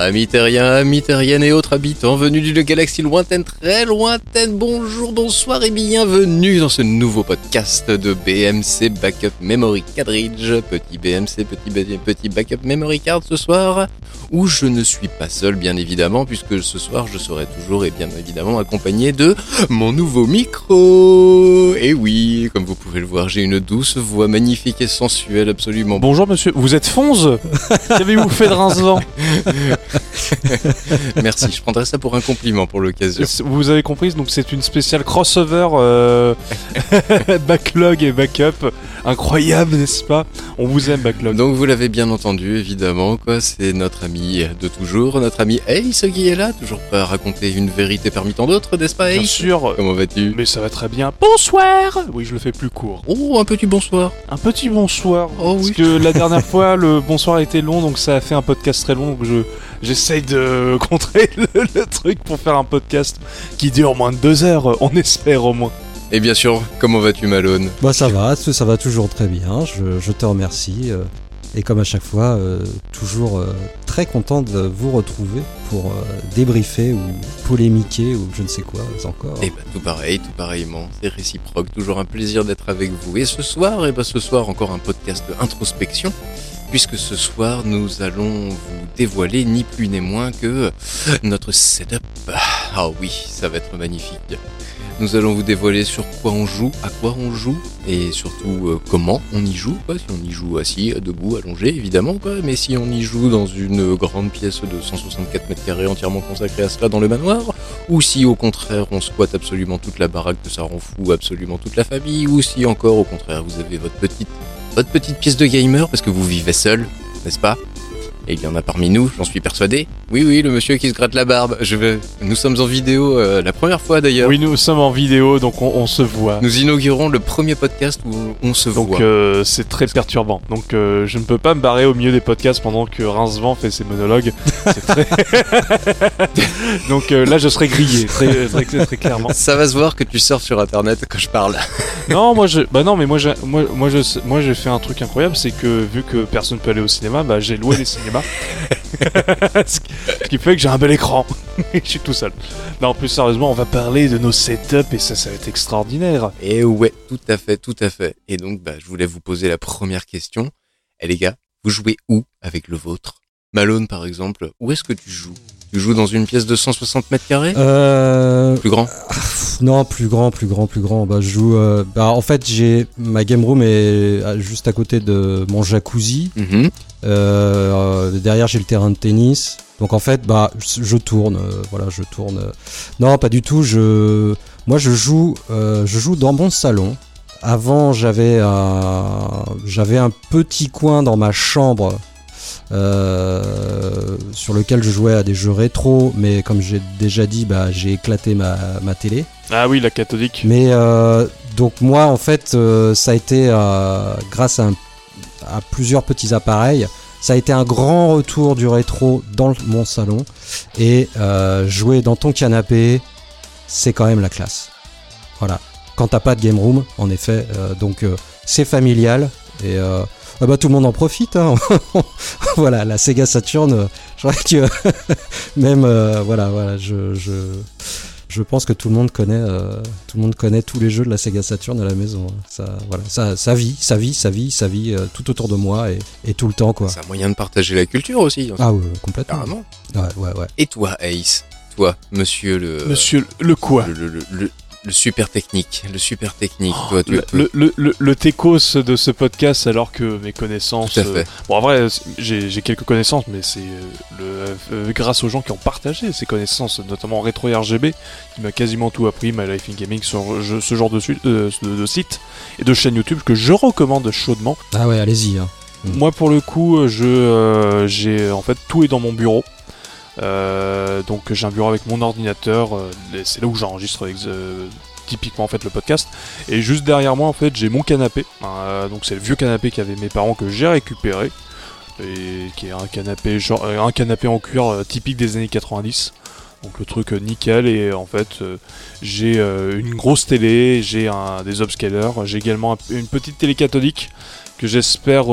Amis terriens, amis terriennes et autres habitants venus d'une galaxie lointaine, très lointaine, bonjour, bonsoir et bienvenue dans ce nouveau podcast de BMC Backup Memory Cartridge. Petit BMC, petit Backup Memory Card ce soir, où je ne suis pas seul bien évidemment, puisque ce soir je serai toujours et bien évidemment accompagné de mon nouveau micro. Et oui, comme vous pouvez le voir, j'ai une douce voix magnifique et sensuelle absolument. Bonjour monsieur, vous êtes Fonz? Qu'avez-vous fait de Rincevent? Merci, je prendrai ça pour un compliment pour l'occasion. Vous avez compris, donc c'est une spéciale crossover backlog et backup. Incroyable, n'est-ce pas? On vous aime, backlog. Donc vous l'avez bien entendu, évidemment, quoi. C'est notre ami de toujours, notre ami Ace qui est là, toujours prêt à raconter une vérité parmi tant d'autres, n'est-ce pas Ace? Bien sûr. Comment vas-tu? Mais ça va très bien. Bonsoir. Oui, je le fais plus court. Oh, un petit bonsoir. Un petit bonsoir. Oh Parce oui. que la dernière fois, le bonsoir était long, donc ça a fait un podcast très long. Donc j'essaye de contrer le truc pour faire un podcast qui dure moins de 2 heures, on espère au moins. Et bien sûr, comment vas-tu Malone? Bah ça va toujours très bien, je te remercie. Et comme à chaque fois, toujours très content de vous retrouver pour débriefer ou polémiquer ou je ne sais quoi encore. Et bah tout pareillement, c'est réciproque, toujours un plaisir d'être avec vous. Et ce soir, encore un podcast d'introspection, puisque ce soir, nous allons vous dévoiler ni plus ni moins que notre setup. Ah oui, ça va être magnifique. Nous allons vous dévoiler sur quoi on joue, à quoi on joue, et surtout comment on y joue, quoi. Si on y joue assis, debout, allongé, évidemment, quoi. Mais si on y joue dans une grande pièce de 164 mètres carrés entièrement consacrée à cela dans le manoir, ou si au contraire on squatte absolument toute la baraque, que ça rend fou absolument toute la famille, ou si encore au contraire vous avez votre petite pièce de gamer parce que vous vivez seul, n'est-ce pas? Et il y en a parmi nous, j'en suis persuadé. Oui, le monsieur qui se gratte la barbe. Nous sommes en vidéo la première fois d'ailleurs. Oui, nous sommes en vidéo, donc on se voit. Nous inaugurons le premier podcast où on se voit. Donc c'est très perturbant. Donc je ne peux pas me barrer au milieu des podcasts pendant que Rincevent fait ses monologues. C'est très... Donc là je serai grillé, très clairement. Ça va se voir que tu surfes sur internet quand je parle. Non, moi j'ai fait un truc incroyable, c'est que vu que personne peut aller au cinéma, bah j'ai loué les cinémas. Ce qui fait que j'ai un bel écran. Je suis tout seul. Non, plus sérieusement, on va parler de nos setups et ça va être extraordinaire. Et ouais, tout à fait. Et donc, je voulais vous poser la première question. Les gars, vous jouez où avec le vôtre? Malone, par exemple, où est-ce que tu joues? Tu joues dans une pièce de 160 mètres carrés? Plus grand? Non, plus grand. Bah, je joue. En fait, ma game room est juste à côté de mon jacuzzi. Mm-hmm. Derrière, j'ai le terrain de tennis. Donc en fait, je tourne. Je tourne. Non, pas du tout. Moi, je joue dans mon salon. Avant, j'avais un petit coin dans ma chambre. Sur lequel je jouais à des jeux rétro, mais comme j'ai déjà dit, j'ai éclaté ma télé. Ah oui, la cathodique. Mais donc moi, en fait, ça a été grâce à plusieurs petits appareils, ça a été un grand retour du rétro dans mon salon. Et jouer dans ton canapé, c'est quand même la classe. Voilà. Quand t'as pas de game room, en effet, donc c'est familial et tout le monde en profite, hein. Voilà, la Sega Saturn, je crois que même je pense que tout le monde connaît tous les jeux de la Sega Saturn à la maison. Ça vit tout autour de moi et tout le temps, quoi. C'est un moyen de partager la culture aussi. Ah oui, complètement. Carrément. Ouais. Et toi, Ace, monsieur le quoi? Le super technique, toi tu le techos de ce podcast, alors que mes connaissances... Tout à fait. Bon, en vrai, j'ai quelques connaissances, mais c'est grâce aux gens qui ont partagé ces connaissances, notamment Retro RGB, qui m'a quasiment tout appris, My Life in Gaming, sur ce genre de site et de chaîne YouTube que je recommande chaudement. Ah ouais, allez-y. Hein. Moi, pour le coup, j'ai en fait tout est dans mon bureau. Donc j'ai un bureau avec mon ordinateur, c'est là où j'enregistre typiquement en fait le podcast, et juste derrière moi en fait j'ai mon canapé, donc c'est le vieux canapé qu'avaient mes parents que j'ai récupéré, et qui est un canapé en cuir typique des années 90, donc le truc nickel. Et en fait j'ai une grosse télé, j'ai des upscalers, j'ai également une petite télé cathodique j'espère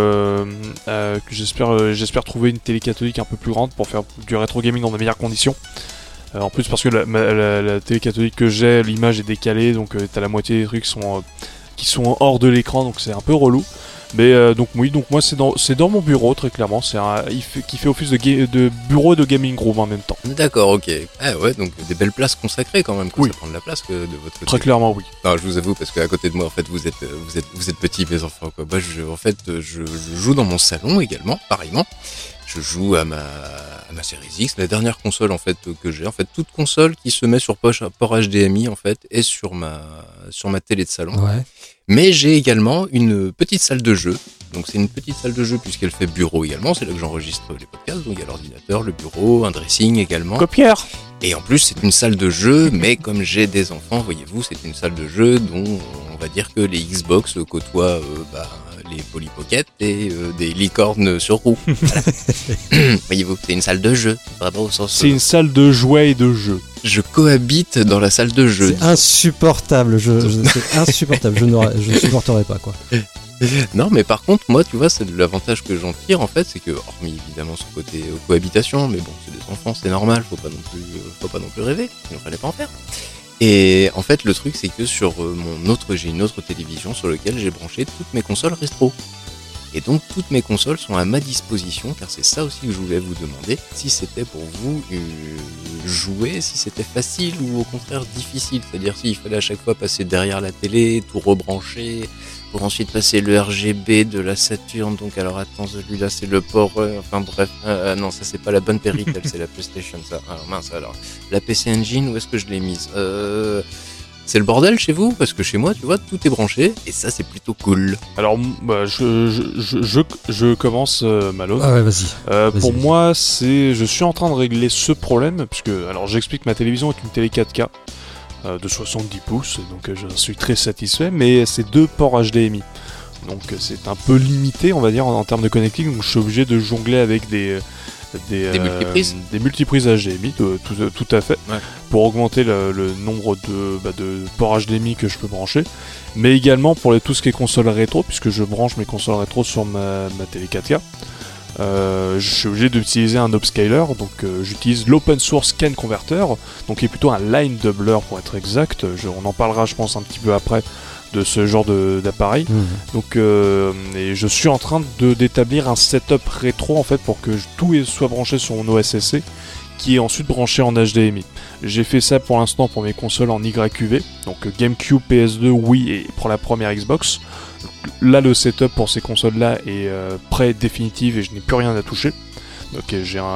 trouver une télé cathodique un peu plus grande pour faire du rétro gaming dans de meilleures conditions. En plus parce que la télé cathodique que j'ai, l'image est décalée, donc t'as la moitié des trucs qui sont hors de l'écran, donc c'est un peu relou. Mais donc moi c'est dans mon bureau très clairement, qui fait office de bureau de gaming room en même temps. D'accord, ok. Ah ouais, donc des belles places consacrées quand même, quoi. Oui. Ça prend de la place que de votre côté. Très clairement oui. Non, je vous avoue parce qu'à côté de moi en fait vous êtes petits mes enfants quoi. Moi je joue dans mon salon également, pareillement. Je joue à ma Series X, la dernière console en fait que j'ai. En fait, toute console qui se met sur port HDMI en fait est sur ma télé de salon. Ouais. Mais j'ai également une petite salle de jeu. Donc c'est une petite salle de jeu puisqu'elle fait bureau également. C'est là que j'enregistre les podcasts. Donc il y a l'ordinateur, le bureau, un dressing également. Copieur. Et en plus c'est une salle de jeu, mais comme j'ai des enfants, voyez-vous, c'est une salle de jeu dont on va dire que les Xbox côtoient les Polly Pocket et des licornes sur roue. Voilà. Voyez-vous, c'est une salle de jeu, vraiment au sens. C'est une salle de jouets et de jeux. Je cohabite dans la salle de jeu. C'est insupportable, c'est insupportable, je ne supporterai pas quoi. Non, mais par contre, moi, tu vois, c'est l'avantage que j'en tire, en fait, c'est que, hormis évidemment ce côté cohabitation, mais bon, c'est des enfants, c'est normal, faut pas non plus rêver, sinon fallait pas en faire. Et en fait, le truc, c'est que sur j'ai une autre télévision sur laquelle j'ai branché toutes mes consoles rétro. Et donc, toutes mes consoles sont à ma disposition, car c'est ça aussi que je voulais vous demander, si c'était pour vous jouer, si c'était facile ou au contraire difficile. C'est-à-dire s'il fallait à chaque fois passer derrière la télé, tout rebrancher, pour ensuite passer le RGB de la Saturn. Donc alors attends, celui-là c'est le port, enfin bref, non ça c'est pas la bonne Péritel, c'est la PlayStation ça. Alors mince alors, la PC Engine, où est-ce que je l'ai mise c'est le bordel chez vous? Parce que chez moi, tu vois, tout est branché, et ça, c'est plutôt cool. Alors, je commence, Malo. Ah ouais, vas-y. Pour moi, je suis en train de régler ce problème, puisque, alors j'explique, ma télévision est une télé 4K de 70 pouces, donc je suis très satisfait, mais c'est 2 ports HDMI. Donc c'est un peu limité, on va dire, en termes de connecting, donc je suis obligé de jongler avec des multiprises HDMI, tout à fait, ouais. Pour augmenter le nombre de ports HDMI que je peux brancher, mais également pour tout ce qui est console rétro, puisque je branche mes consoles rétro sur ma télé 4K. Je suis obligé d'utiliser un upscaler, donc j'utilise l'open source Scan Converter, donc qui est plutôt un line doubler pour être exact. On en parlera je pense un petit peu après de ce genre d'appareil. Donc et je suis en train d'établir un setup rétro en fait pour que tout soit branché sur mon OSSC qui est ensuite branché en HDMI. J'ai fait ça pour l'instant pour mes consoles en YQV, donc GameCube, PS2, Wii et pour la première Xbox. Là le setup pour ces consoles là est prêt, définitif et je n'ai plus rien à toucher. Donc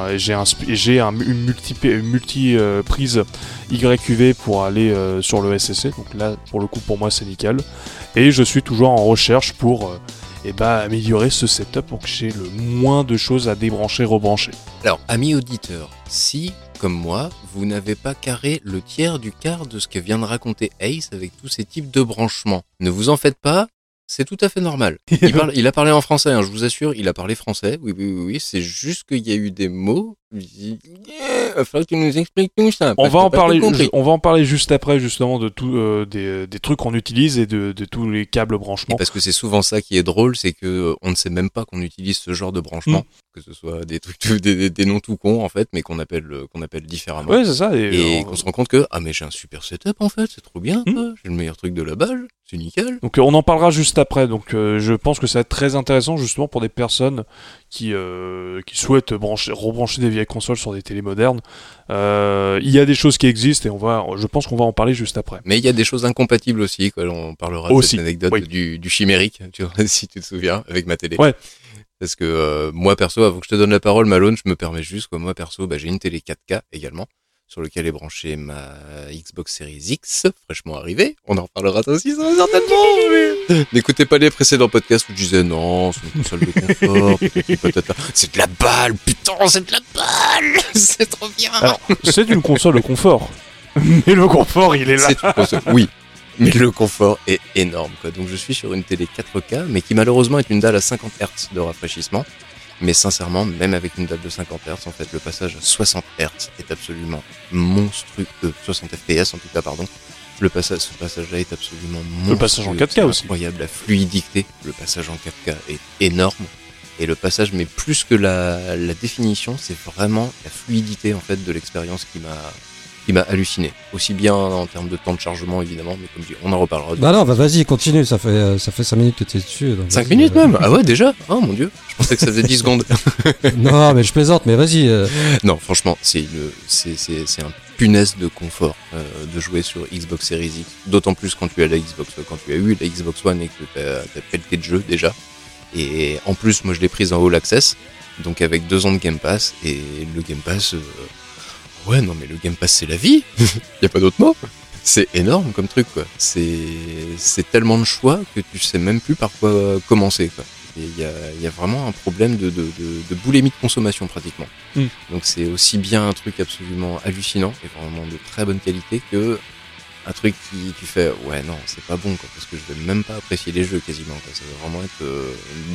j'ai une multi prise YQV pour aller sur le SSC. Donc là pour le coup pour moi c'est nickel. Et je suis toujours en recherche pour améliorer ce setup pour que j'ai le moins de choses à débrancher, rebrancher. Alors amis auditeurs, si comme moi vous n'avez pas carré le tiers du quart de ce que vient de raconter Ace avec tous ces types de branchements, ne vous en faites pas. C'est tout à fait normal. Il a parlé en français, hein, je vous assure, il a parlé français. Oui. C'est juste qu'il y a eu des mots. Il va falloir que tu nous expliques tout ça. On va en parler juste après, justement, de tout des trucs qu'on utilise et de tous les câbles branchements. Et parce que c'est souvent ça qui est drôle, c'est que on ne sait même pas qu'on utilise ce genre de branchement, que ce soit des trucs, des noms tout cons en fait, mais qu'on appelle différemment. Ouais, c'est ça. Et qu'on se rend compte que mais j'ai un super setup en fait, c'est trop bien. J'ai le meilleur truc de la balle. C'est nickel. Donc on en parlera juste après. Donc je pense que ça va être très intéressant justement pour des personnes qui souhaitent rebrancher des vieilles consoles sur des télés modernes. Il y a des choses qui existent et je pense qu'on va en parler juste après. Mais il y a des choses incompatibles aussi, quoi. On parlera de cette anecdote du chimérique, tu vois, si tu te souviens, avec ma télé. Ouais. Parce que moi perso, avant que je te donne la parole, Malone, je me permets juste, quoi. Moi perso, j'ai une télé 4K également, sur lequel est branchée ma Xbox Series X, fraîchement arrivée. On en reparlera aussi, ça va certainement. N'écoutez pas les précédents podcasts où je disais non, c'est une console de confort, c'est de la balle, putain, c'est de la balle, c'est trop bien. Alors, c'est une console de confort, mais le confort, il est là. C'est une console, oui, mais le confort est énorme, quoi. Donc je suis sur une télé 4K, mais qui malheureusement est une dalle à 50 Hz de rafraîchissement. Mais sincèrement, même avec une dalle de 50 Hz, en fait, le passage à 60 Hz est absolument monstrueux. 60 FPS en tout cas, pardon, Ce passage-là est absolument monstrueux. Le passage en 4K c'est aussi. Incroyable, la fluidité. Le passage en 4K est énorme. Et le passage, mais plus que la définition, c'est vraiment la fluidité en fait de l'expérience qui m'a halluciné. Aussi bien en termes de temps de chargement évidemment, mais comme je dis, on en reparlera. Bah non, bah vas-y, continue, ça fait 5 minutes que t'es dessus. 5 minutes même. Ah ouais, déjà. Oh mon dieu, je pensais que ça faisait 10 secondes. Non, mais je plaisante, mais vas-y. Non, franchement, c'est un punaise de confort de jouer sur Xbox Series X. D'autant plus quand tu as eu la Xbox One et que t'as pelleté de jeux déjà. Et en plus, moi je l'ai prise en All Access, donc avec 2 ans de Game Pass. Et le Game Pass, ouais, non mais le Game Pass c'est la vie. Y a pas d'autre mot. C'est énorme comme truc quoi. C'est tellement de choix que tu sais même plus par quoi commencer quoi. Il y a vraiment un problème de boulimie de consommation pratiquement. Donc c'est aussi bien un truc absolument hallucinant et vraiment de très bonne qualité que un truc qui tu fais ouais non c'est pas bon quoi, parce que je vais même pas apprécier les jeux quasiment quoi. Ça va vraiment être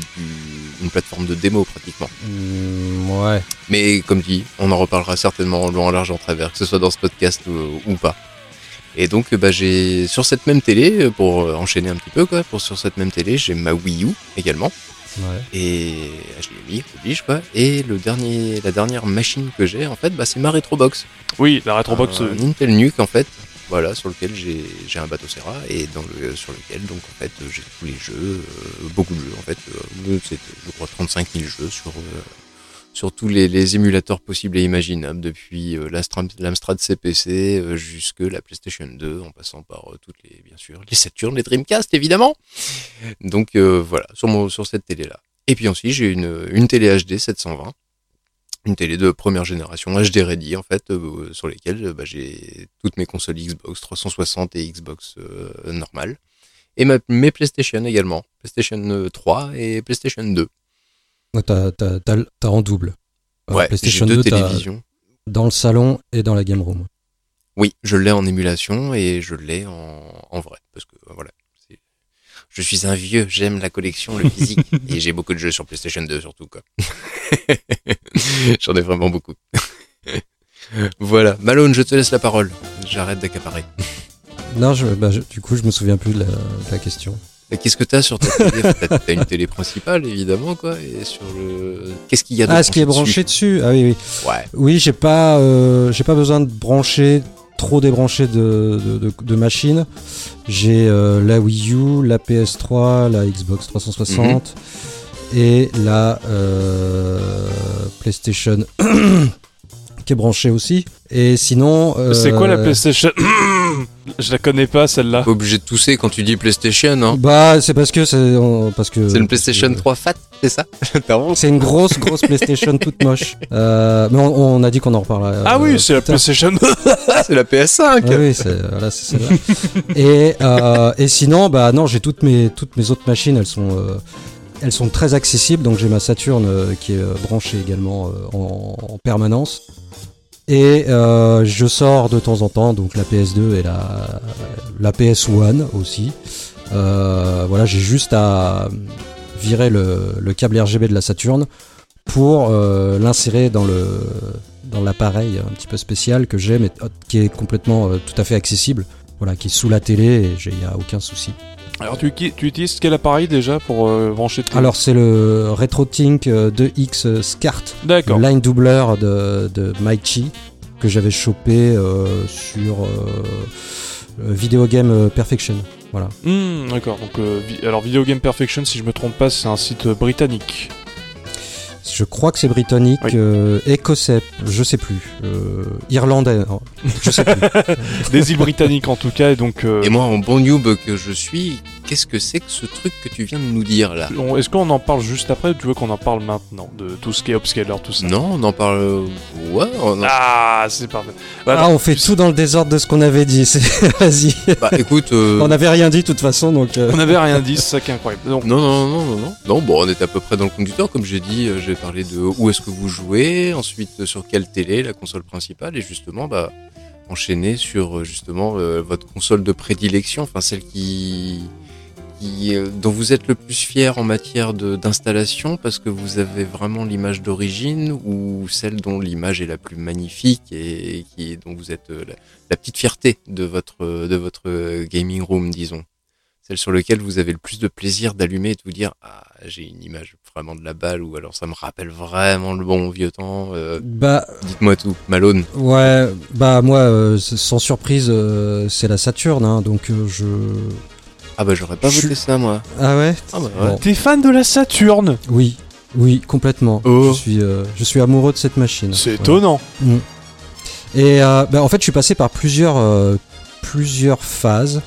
une plateforme de démo pratiquement. Ouais. Mais comme dit, on en reparlera certainement en long, en large, en travers, que ce soit dans ce podcast ou pas. Et donc j'ai sur cette même télé, pour enchaîner un petit peu quoi, sur cette même télé, j'ai ma Wii U également. Ouais. Et je l'ai mis, oblige quoi. Et la dernière machine que j'ai en fait, c'est ma Retrobox. Oui, la Retrobox. Un Intel NUC en fait. Voilà, sur lequel j'ai un bateau Serra et sur lequel donc en fait j'ai tous les jeux, beaucoup de jeux en fait, c'est je crois 35 000 jeux sur tous les émulateurs possibles et imaginables, depuis l'Amstrad CPC jusque la PlayStation 2, en passant par bien sûr les Saturn, les Dreamcast évidemment. Donc voilà, sur cette télé là. Et puis ensuite j'ai une télé HD 720. Une télé de première génération HD ready en fait, sur lesquelles j'ai toutes mes consoles Xbox 360 et Xbox normales, et mes PlayStation également, PlayStation 3 et PlayStation 2. Ouais, t'as en double. Ouais, PlayStation j'ai 2 télévisions. Dans le salon et dans la game room. Oui, je l'ai en émulation et je l'ai en vrai, parce que voilà. Je suis un vieux, j'aime la collection, le physique, et j'ai beaucoup de jeux sur PlayStation 2 surtout quoi. J'en ai vraiment beaucoup. Voilà, Malone, je te laisse la parole. J'arrête d'accaparer. Non, du coup, je me souviens plus de la question. Et qu'est-ce que t'as sur ta télé? T'as une télé principale évidemment quoi, et sur qu'est-ce qu'il y a de ce qui est branché dessus. Ah oui. Ouais. Oui, j'ai pas besoin de brancher. Trop débranché de machines. J'ai la Wii U, la PS3, la Xbox 360 et la PlayStation qui est branchée aussi. Et sinon... C'est quoi la PlayStation? Je la connais pas celle-là. Pas obligé de tousser quand tu dis PlayStation, hein. Bah c'est parce que c'est une PlayStation 3 fat, c'est ça? C'est une grosse PlayStation toute moche. Mais on a dit qu'on en reparlerait. Ah oui, c'est la PlayStation. C'est la PS5. Ah oui, c'est celle-là. Et sinon, non, j'ai toutes mes autres machines, elles sont très accessibles. Donc j'ai ma Saturn qui est branchée également en permanence. Et je sors de temps en temps donc la PS2 et la PS1 aussi. Voilà, j'ai juste à virer le câble RGB de la Saturn pour l'insérer dans l'appareil un petit peu spécial que j'ai, mais qui est complètement tout à fait accessible. Voilà, qui est sous la télé et il n'y a aucun souci. Alors tu utilises quel appareil déjà pour brancher de télé? Alors c'est le RetroTink 2X SCART, d'accord. Le line doubleur de Maichi que j'avais chopé sur Video Game Perfection. Voilà. D'accord. Donc alors Video Game Perfection, si je me trompe pas, c'est un site britannique. Je crois que c'est britannique, oui. Écossais, je sais plus, irlandais, non, je sais plus. Des îles britanniques en tout cas, et donc. Et moi, en bon noob que je suis, qu'est-ce que c'est que ce truc que tu viens de nous dire là? Est-ce qu'on en parle juste après ou tu veux qu'on en parle maintenant de tout ce qui est upscaler, tout ça? Non, on en parle. Ouais. Ah, c'est parfait. On fait tout dans le désordre de ce qu'on avait dit. Vas-y. Bah écoute. On n'avait rien dit de toute façon, donc. On n'avait rien dit, c'est ça qui est incroyable. Donc... Non, bon, on était à peu près dans le conducteur, comme j'ai dit. J'ai parlé de où est-ce que vous jouez, ensuite sur quelle télé, la console principale, et justement, enchaîner sur justement votre console de prédilection, enfin celle qui dont vous êtes le plus fier en matière d'installation parce que vous avez vraiment l'image d'origine ou celle dont l'image est la plus magnifique et dont vous êtes la petite fierté de votre gaming room, disons? Celle sur laquelle vous avez le plus de plaisir d'allumer et de vous dire « Ah, j'ai une image vraiment de la balle » ou alors « Ça me rappelle vraiment le bon vieux temps. » Dites-moi tout, Malone. Ouais, moi, sans surprise, c'est la Saturn, hein, donc je... Ah bah j'aurais pas voté ça, moi. Ah ouais? Ah bah Bon. T'es fan de la Saturn? Oui, complètement. Oh. Je suis amoureux de cette machine. C'est étonnant. Et en fait, je suis passé par plusieurs phases.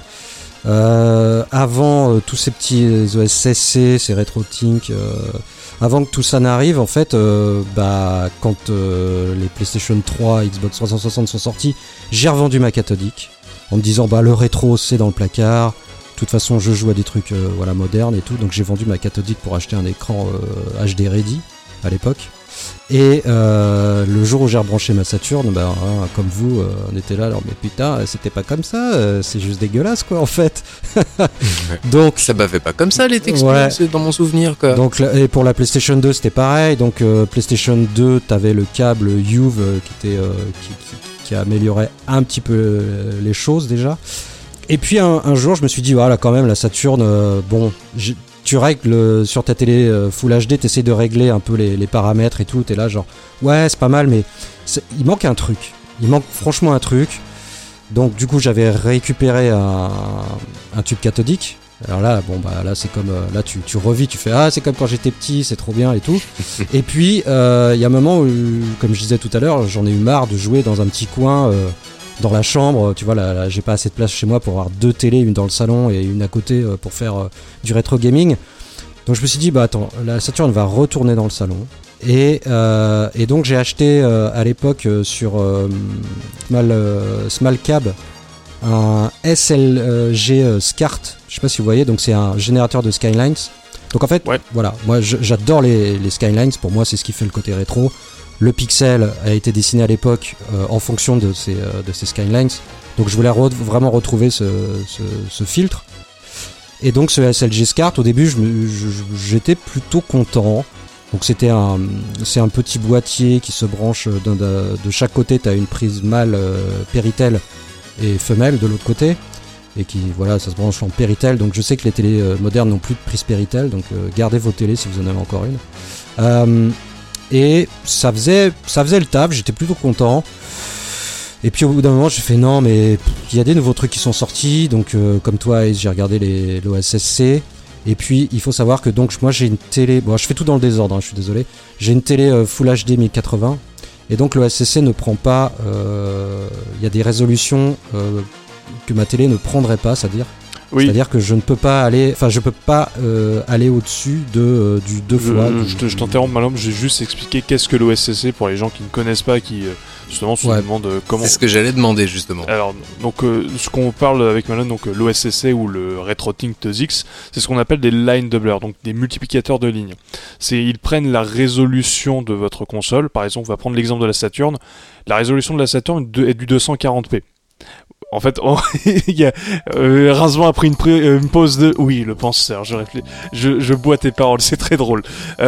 Avant tous ces petits OSSC, ces RetroTink, avant que tout ça n'arrive, en fait, quand les PlayStation 3, Xbox 360 sont sortis, j'ai revendu ma cathodique en me disant le rétro c'est dans le placard. De toute façon, je joue à des trucs modernes et tout, donc j'ai vendu ma cathodique pour acheter un écran HD ready à l'époque. Et le jour où j'ai rebranché ma Saturn, comme vous, on était là, alors mais putain, c'était pas comme ça, c'est juste dégueulasse quoi en fait. Donc ça bavait pas comme ça les textures, ouais. C'est dans mon souvenir quoi. Donc et pour la PlayStation 2 c'était pareil, donc PlayStation 2 t'avais le câble UV qui améliorait un petit peu les choses déjà. Et puis un jour je me suis dit voilà quand même la Saturn, tu règles sur ta télé Full HD, t'essaies de régler un peu les paramètres et tout, t'es là genre ouais c'est pas mal mais il manque un truc, il manque franchement un truc. Donc du coup j'avais récupéré un tube cathodique. Alors là là c'est comme là tu revis, tu fais c'est comme quand j'étais petit, c'est trop bien et tout. Et puis il y a un moment où, comme je disais tout à l'heure, j'en ai eu marre de jouer dans un petit coin dans la chambre, tu vois, là, j'ai pas assez de place chez moi pour avoir deux télés, une dans le salon et une à côté pour faire du rétro gaming. Donc je me suis dit, attends, la Saturn va retourner dans le salon. Et donc j'ai acheté à l'époque sur Smallcab un SLG SCART, je sais pas si vous voyez, donc c'est un générateur de Skylines. Donc en fait, voilà, moi j'adore les Skylines, pour moi c'est ce qui fait le côté rétro. Le pixel a été dessiné à l'époque en fonction de ces Skylines. Donc je voulais vraiment retrouver ce filtre. Et donc ce SLG SCART, au début, j'étais plutôt content. Donc c'est un petit boîtier qui se branche de chaque côté. Tu as une prise mâle Péritel et femelle de l'autre côté. Et ça se branche en Péritel. Donc je sais que les télés modernes n'ont plus de prise Péritel. Donc gardez vos télés si vous en avez encore une. Et ça faisait le taf, j'étais plutôt content. Et puis au bout d'un moment, j'ai fait non, mais il y a des nouveaux trucs qui sont sortis. Donc comme toi, Ace, j'ai regardé l'OSSC. Et puis il faut savoir que donc moi j'ai une télé. Bon, je fais tout dans le désordre, je suis désolé. J'ai une télé Full HD 1080. Et donc l'OSSC ne prend pas. Il y a des résolutions que ma télé ne prendrait pas, c'est-à-dire. Oui. C'est-à-dire que je ne peux pas aller, aller au-dessus du 2 fois. Je t'interromps, Malom, j'ai juste expliqué qu'est-ce que l'OSSC pour les gens qui ne connaissent pas, qui justement se demandent comment. C'est ce que j'allais demander justement. Alors, donc ce qu'on parle avec Malone, donc l'OSSC ou le RetroTink 2X, c'est ce qu'on appelle des line doublers, donc des multiplicateurs de lignes. Ils prennent la résolution de votre console. Par exemple, on va prendre l'exemple de la Saturn. La résolution de la Saturn est du 240p. En fait, Rincevent a pris une pause de... Oui, le penseur, je bois tes paroles, c'est très drôle.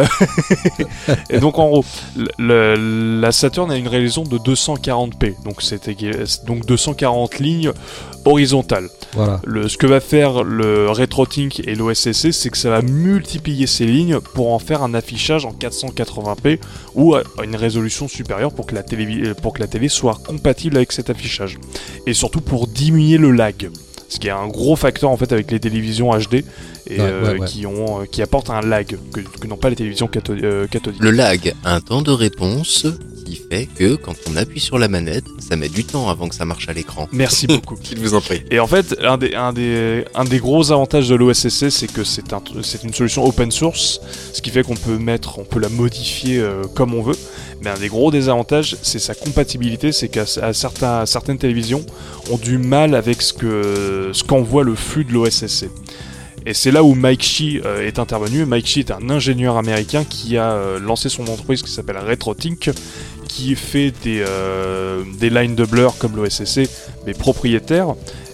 Et donc, en gros, la Saturn a une résolution de 240p, donc 240 lignes horizontales. Voilà. Ce que va faire le RetroTink et l'OSSC, c'est que ça va multiplier ces lignes pour en faire un affichage en 480p ou à une résolution supérieure pour que la télé soit compatible avec cet affichage. Et surtout pour diminuer le lag, ce qui est un gros facteur en fait avec les télévisions HD et qui apportent un lag que n'ont pas les télévisions cathodiques. Le lag, un temps de réponse qui fait que quand on appuie sur la manette, ça met du temps avant que ça marche à l'écran. Merci beaucoup. Je vous en prie. Et en fait, un des gros avantages de l'OSSC, c'est que c'est une solution open source, ce qui fait qu'on peut la modifier comme on veut. Mais un des gros désavantages, c'est sa compatibilité, c'est qu'à certaines télévisions ont du mal avec ce qu'envoie le flux de l'OSSC. Et c'est là où Mike Shih est intervenu. Mike Shih est un ingénieur américain qui a lancé son entreprise qui s'appelle RetroTink, qui fait des line doublers comme l'OSSC, mais propriétaires.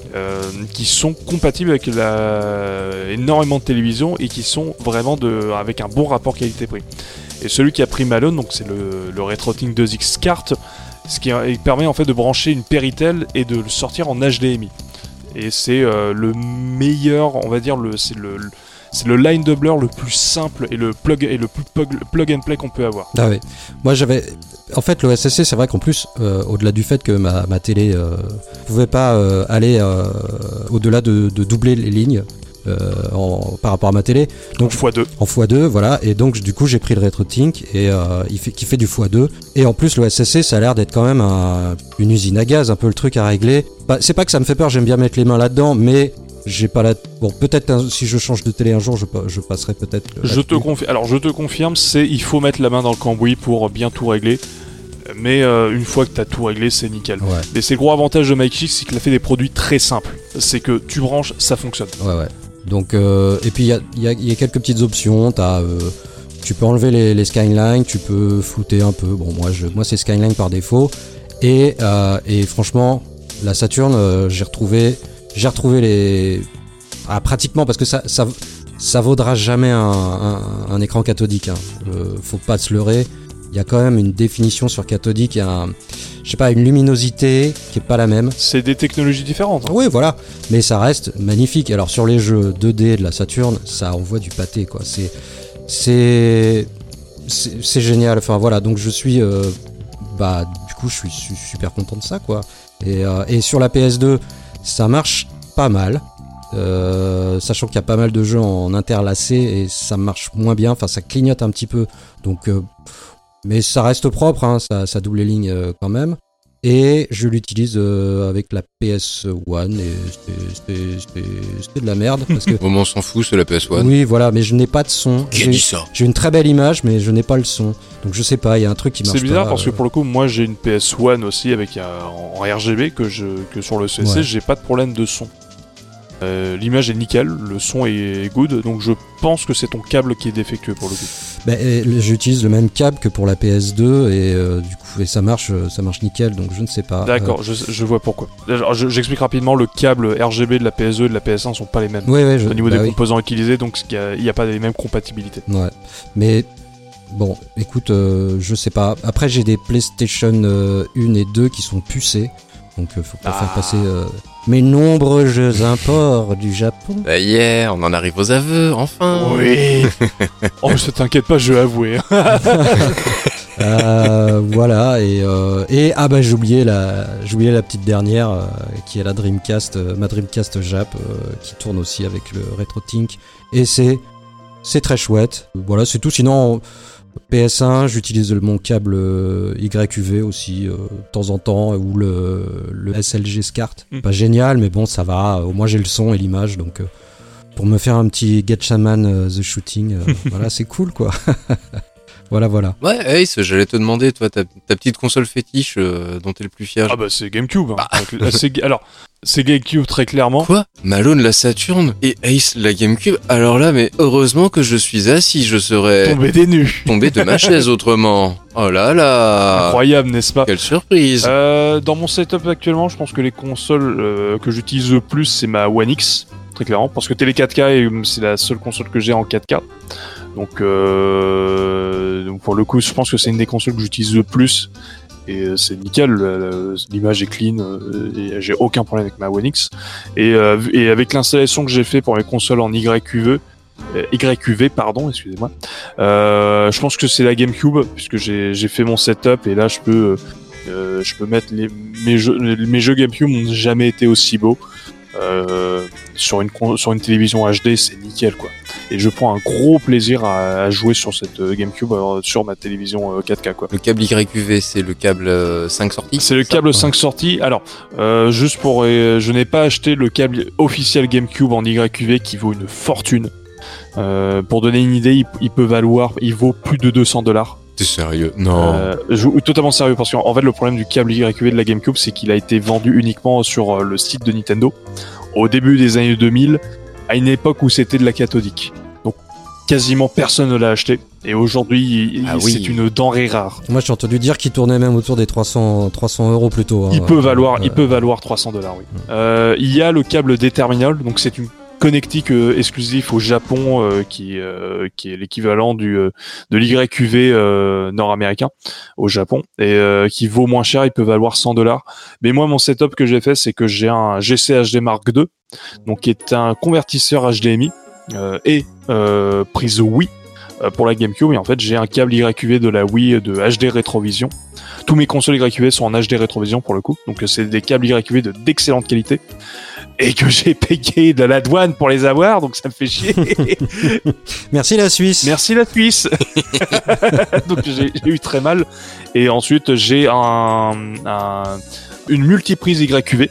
qui sont compatibles avec énormément de télévisions et qui sont vraiment avec un bon rapport qualité-prix. Et celui qui a pris Malone, donc c'est le RetroTink 2X Cart, ce qui permet en fait de brancher une Péritel et de le sortir en HDMI. Et c'est le meilleur, on va dire, c'est le line doubler le plus simple et le plus plug and play qu'on peut avoir. Ah oui. Moi en fait l'OSSC, c'est vrai qu'en plus au-delà du fait que ma télé pouvait pas aller au-delà de doubler les lignes par rapport à ma télé, donc en x2 voilà, et donc du coup j'ai pris le RetroTink et qui fait du x2, et en plus l'OSSC ça a l'air d'être quand même une usine à gaz, un peu le truc à régler. C'est pas que ça me fait peur, j'aime bien mettre les mains là-dedans, mais j'ai pas bon, peut-être si je change de télé un jour, je passerai peut-être. Je te confirme, il faut mettre la main dans le cambouis pour bien tout régler. Mais une fois que t'as tout réglé, c'est nickel. Ouais. Et c'est le gros avantage de Mikey, c'est qu'il a fait des produits très simples. C'est que tu branches, ça fonctionne. Ouais. Donc et puis il y a quelques petites options. Tu peux enlever les Skyline, tu peux flouter un peu. Bon, moi c'est Skyline par défaut. Et franchement, la Saturn, j'ai retrouvé les pratiquement, parce que ça vaudra jamais un écran cathodique, hein. Faut pas se leurrer, il y a quand même une définition sur cathodique, il y a une luminosité qui est pas la même. C'est des technologies différentes, hein. Oui, voilà, mais ça reste magnifique. Alors sur les jeux 2D de la Saturn, ça envoie du pâté, quoi. C'est génial. Enfin voilà, donc je suis du coup je suis super content de ça, quoi. Et sur la PS2, ça marche pas mal, sachant qu'il y a pas mal de jeux en interlacé et ça marche moins bien, enfin ça clignote un petit peu, donc mais ça reste propre, hein, ça double les lignes quand même. Et je l'utilise avec la PS1 et c'était de la merde parce que on s'en fout, c'est la PS1. Oui, voilà, mais je n'ai pas de son. Qui a dit ça ? J'ai une très belle image, mais je n'ai pas le son. Donc je sais pas, il y a un truc qui marche pas. C'est bizarre parce que pour le coup, moi j'ai une PS1 aussi avec en RGB que sur le CC, ouais. J'ai pas de problème de son. L'image est nickel, le son est good, donc je pense que c'est ton câble qui est défectueux pour le coup. J'utilise le même câble que pour la PS2 et du coup ça marche nickel, donc je ne sais pas. D'accord, je vois pourquoi. Alors, j'explique rapidement, le câble RGB de la PS2 et de la PS1 sont pas les mêmes au niveau des composants utilisés, donc il n'y a pas les mêmes compatibilités. Ouais, mais bon, écoute, je sais pas. Après j'ai des PlayStation 1 et 2 qui sont pucés. Donc faut pas faire passer mes nombreux imports du Japon. On en arrive aux aveux, enfin. Oui. Oh, ça t'inquiète pas, je vais avouer. Voilà, j'ai oublié la petite dernière qui est la Dreamcast, ma Dreamcast Jap, qui tourne aussi avec le RetroTink, et c'est très chouette. Voilà, c'est tout. Sinon PS1, j'utilise mon câble YQV aussi de temps en temps, ou le SLG SCART. Pas génial, mais bon, ça va. Au moins j'ai le son et l'image, donc pour me faire un petit Gatchaman The Shooting, voilà, c'est cool, quoi. Voilà. Ouais, Ace, j'allais te demander, toi, ta petite console fétiche dont t'es le plus fier. Ah bah c'est GameCube. Hein. C'est GameCube très clairement. Quoi ? Malone la Saturn et Ace la GameCube. Alors là, mais heureusement que je suis assis, je serais tombé des nues. Tombé de ma chaise autrement. Oh là là. Incroyable, n'est-ce pas ? Quelle surprise. Dans mon setup actuellement, je pense que les consoles que j'utilise le plus, c'est ma One X, très clairement, parce que télé 4K, c'est la seule console que j'ai en 4K. Donc pour le coup, je pense que c'est une des consoles que j'utilise le plus. Et c'est nickel, l'image est clean, et j'ai aucun problème avec ma One X. Et avec l'installation que j'ai fait pour mes consoles en YQV, excusez-moi, je pense que c'est la GameCube, puisque j'ai fait mon setup, et là je peux mettre mes jeux GameCube n'ont jamais été aussi beaux. Sur une télévision HD, c'est nickel, quoi. Et je prends un gros plaisir à jouer sur cette GameCube sur ma télévision 4K, quoi. Le câble YQV, c'est le câble 5 sorties ? C'est le câble 5 sorties. Alors, je n'ai pas acheté le câble officiel GameCube en YQV qui vaut une fortune. Pour donner une idée, il vaut plus de $200. T'es sérieux ? Non. Je suis totalement sérieux, parce qu'en fait le problème du câble YQV de la GameCube, c'est qu'il a été vendu uniquement sur le site de Nintendo au début des années 2000, à une époque où c'était de la cathodique. Donc quasiment personne ne l'a acheté. Et aujourd'hui, c'est une denrée rare. Moi, j'ai entendu dire qu'il tournait même autour des 300 € plutôt. Hein. Il peut valoir $300, oui. Il y a le câble D-Terminal, donc c'est une connectique exclusif au Japon qui est l'équivalent de l'YQV nord-américain au Japon et qui vaut moins cher, il peut valoir $100. Mais moi, mon setup que j'ai fait, c'est que j'ai un GC HD Mark II, donc qui est un convertisseur HDMI et prise Wii pour la GameCube, et en fait j'ai un câble YQV de la Wii de HD Retrovision. Tous mes consoles YQV sont en HD Retrovision pour le coup, donc c'est des câbles YQV d'excellente qualité et que j'ai payé de la douane pour les avoir, donc ça me fait chier. Merci la Suisse. Merci la Suisse. Donc j'ai eu très mal. Et ensuite j'ai une multiprise YQV.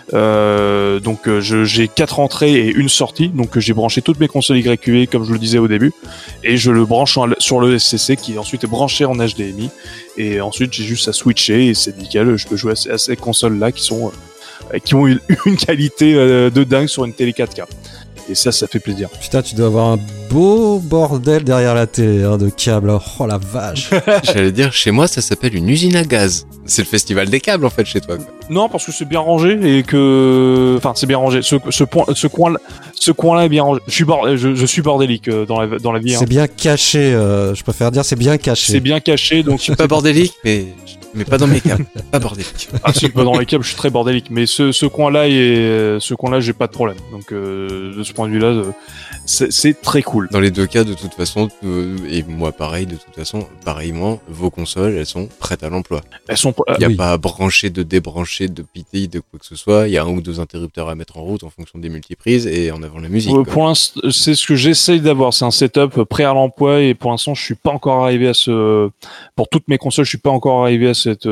Donc j'ai 4 entrées et une sortie. Donc j'ai branché toutes mes consoles YQV comme je le disais au début, et je le branche sur le SCC qui ensuite est branché en HDMI. Et ensuite j'ai juste à switcher et c'est nickel. Je peux jouer à ces consoles là qui ont une qualité de dingue sur une télé 4K. Et ça fait plaisir. Putain, tu dois avoir un beau bordel derrière la télé de câbles. Oh la vache. J'allais dire, chez moi, ça s'appelle une usine à gaz. C'est le festival des câbles, en fait, chez toi. Quoi. Non, parce que c'est bien rangé et que... Enfin, c'est bien rangé. Ce coin-là est bien rangé. Je suis bordélique dans la vie. C'est bien caché. Je préfère dire c'est bien caché. C'est bien caché, donc... Je suis pas bordélique, mais pas dans mes câbles. Pas bordélique. Ah si, pas dans les câbles, je suis très bordélique. Mais ce coin-là, j'ai pas de problème. Donc, de ce point de vue-là, c'est très cool. Dans les deux cas, de toute façon, et moi pareil, de toute façon, pareillement, vos consoles, elles sont prêtes à l'emploi. Il n'y a pas à brancher, de débrancher, de piter, de quoi que ce soit. Il y a 1 ou 2 interrupteurs à mettre en route en fonction des multiprises et en avant la musique. Pour l'instant, c'est ce que j'essaye d'avoir. C'est un setup prêt à l'emploi et pour l'instant, je suis pas encore arrivé à pour toutes mes consoles, je suis pas encore arrivé à cette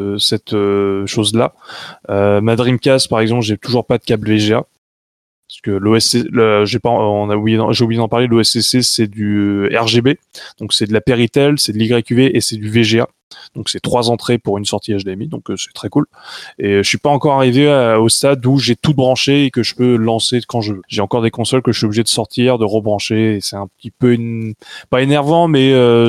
chose-là. Ma Dreamcast, par exemple, j'ai toujours pas de câble VGA. Parce que j'ai oublié d'en parler, l'OSCC c'est du RGB, donc c'est de la Péritel, c'est de l'YQV et c'est du VGA. Donc c'est 3 entrées pour une sortie HDMI, donc c'est très cool. Et je suis pas encore arrivé au stade où j'ai tout branché et que je peux lancer quand je veux. J'ai encore des consoles que je suis obligé de sortir, de rebrancher, et c'est un petit peu pas énervant, mais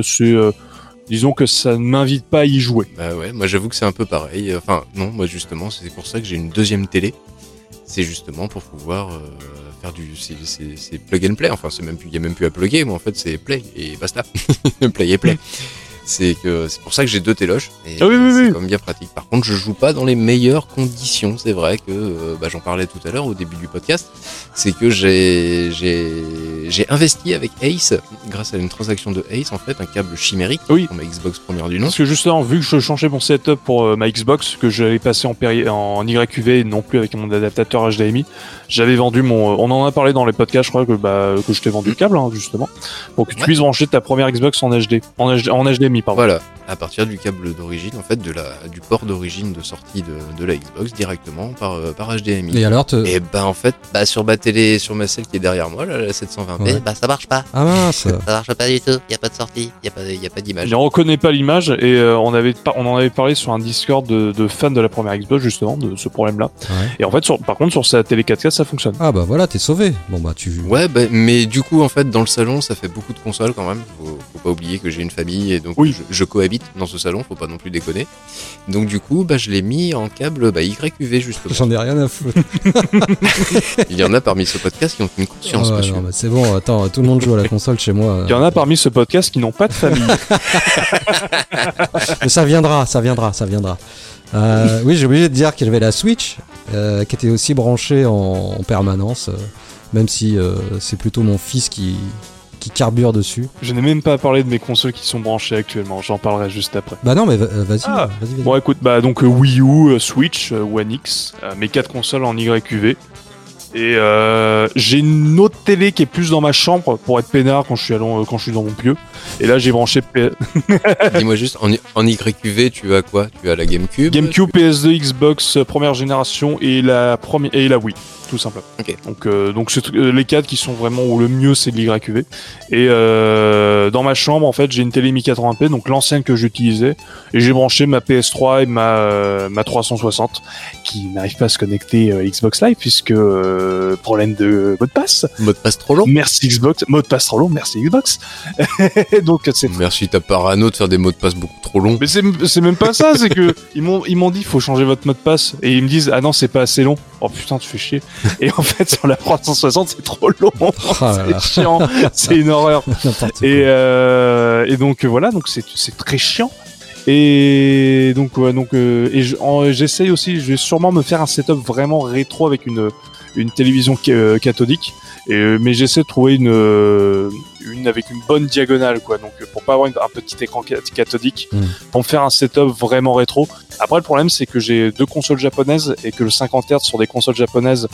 disons que ça ne m'invite pas à y jouer. Bah ouais, moi j'avoue que c'est un peu pareil. Enfin non, moi justement c'est pour ça que j'ai une deuxième télé. C'est justement pour pouvoir faire c'est plug and play. Enfin il y a même plus à plugger. Moi en fait c'est play et basta. Play et play. C'est pour ça que j'ai 2 téloches et c'est comme bien pratique. Par contre, je joue pas dans les meilleures conditions. C'est vrai que j'en parlais tout à l'heure au début du podcast. C'est que j'ai investi avec Ace grâce à une transaction de Ace en fait, un câble chimérique pour ma Xbox première du nom. Parce que justement, vu que je changeais mon setup pour ma Xbox, que j'avais passé en YQV et non plus avec mon adaptateur HDMI, j'avais vendu on en a parlé dans les podcasts, je crois que je t'ai vendu le câble justement pour que tu puisses brancher ta première Xbox en HDMI. Pardon. Voilà, à partir du câble d'origine, en fait, du port d'origine de sortie de la Xbox directement par HDMI. Et alors Et en fait, sur ma télé, sur ma celle qui est derrière moi, là, la 720p, ça marche pas. Ah mince. Ça marche pas du tout. Y a pas de sortie, y a pas d'image. Je ne reconnais pas l'image et on en avait parlé sur un Discord de fans de la première Xbox justement de ce problème-là. Ouais. Et en fait, par contre, sur sa télé 4K, ça fonctionne. Ah bah voilà, t'es sauvé. Bon bah tu. Ouais, mais du coup, en fait, dans le salon, ça fait beaucoup de consoles quand même. Faut pas oublier que j'ai une famille et donc je cohabite dans ce salon, faut pas non plus déconner. Donc du coup, je l'ai mis en câble YQV justement. J'en ai rien à foutre. Il y en a parmi ce podcast qui ont une conscience, monsieur. Non, c'est bon, attends, tout le monde joue à la console chez moi. Il y en a parmi ce podcast qui n'ont pas de famille. Mais ça viendra. Oui, j'ai oublié de dire qu'il y avait la Switch qui était aussi branchée en permanence, même si c'est plutôt mon fils qui carbure dessus. Je n'ai même pas parlé de mes consoles qui sont branchées actuellement, j'en parlerai juste après. Bah non, mais vas-y. Bon écoute, donc Wii U, Switch, One X, mes 4 consoles en YQV. Et j'ai une autre télé qui est plus dans ma chambre pour être peinard quand je suis dans mon pieu. Et là j'ai branché. Dis-moi juste, en YQV, tu as quoi ? Tu as la GameCube, PS2, Xbox première génération et la Wii. tout simplement. Ok. Donc c'est les cadres qui sont vraiment où le mieux c'est de l'YQV. Et dans ma chambre en fait j'ai une télé 1080p, donc l'ancienne que j'utilisais, et j'ai branché ma PS3 et ma 360 qui n'arrivent pas à se connecter Xbox Live puisque problème de mot de passe. Mot de passe trop long. Merci Xbox, mot de passe trop long, merci Xbox. Donc c'est Merci ta parano de faire des mots de passe beaucoup trop longs. mais c'est même pas ça, c'est que ils m'ont dit faut changer votre mot de passe et ils me disent ah non c'est pas assez long. Oh putain tu fais chier. Et en fait sur la 360 c'est trop long. C'est chiant, c'est une horreur. Et donc voilà, donc c'est très chiant. Et donc j'essaye aussi, je vais sûrement me faire un setup vraiment rétro avec une télévision cathodique. Mais j'essaie de trouver une avec une bonne diagonale quoi, donc pour pas avoir un petit écran cathodique, pour me faire un setup vraiment rétro. Après le problème c'est que j'ai 2 consoles japonaises et que le 50 Hz sur des consoles japonaises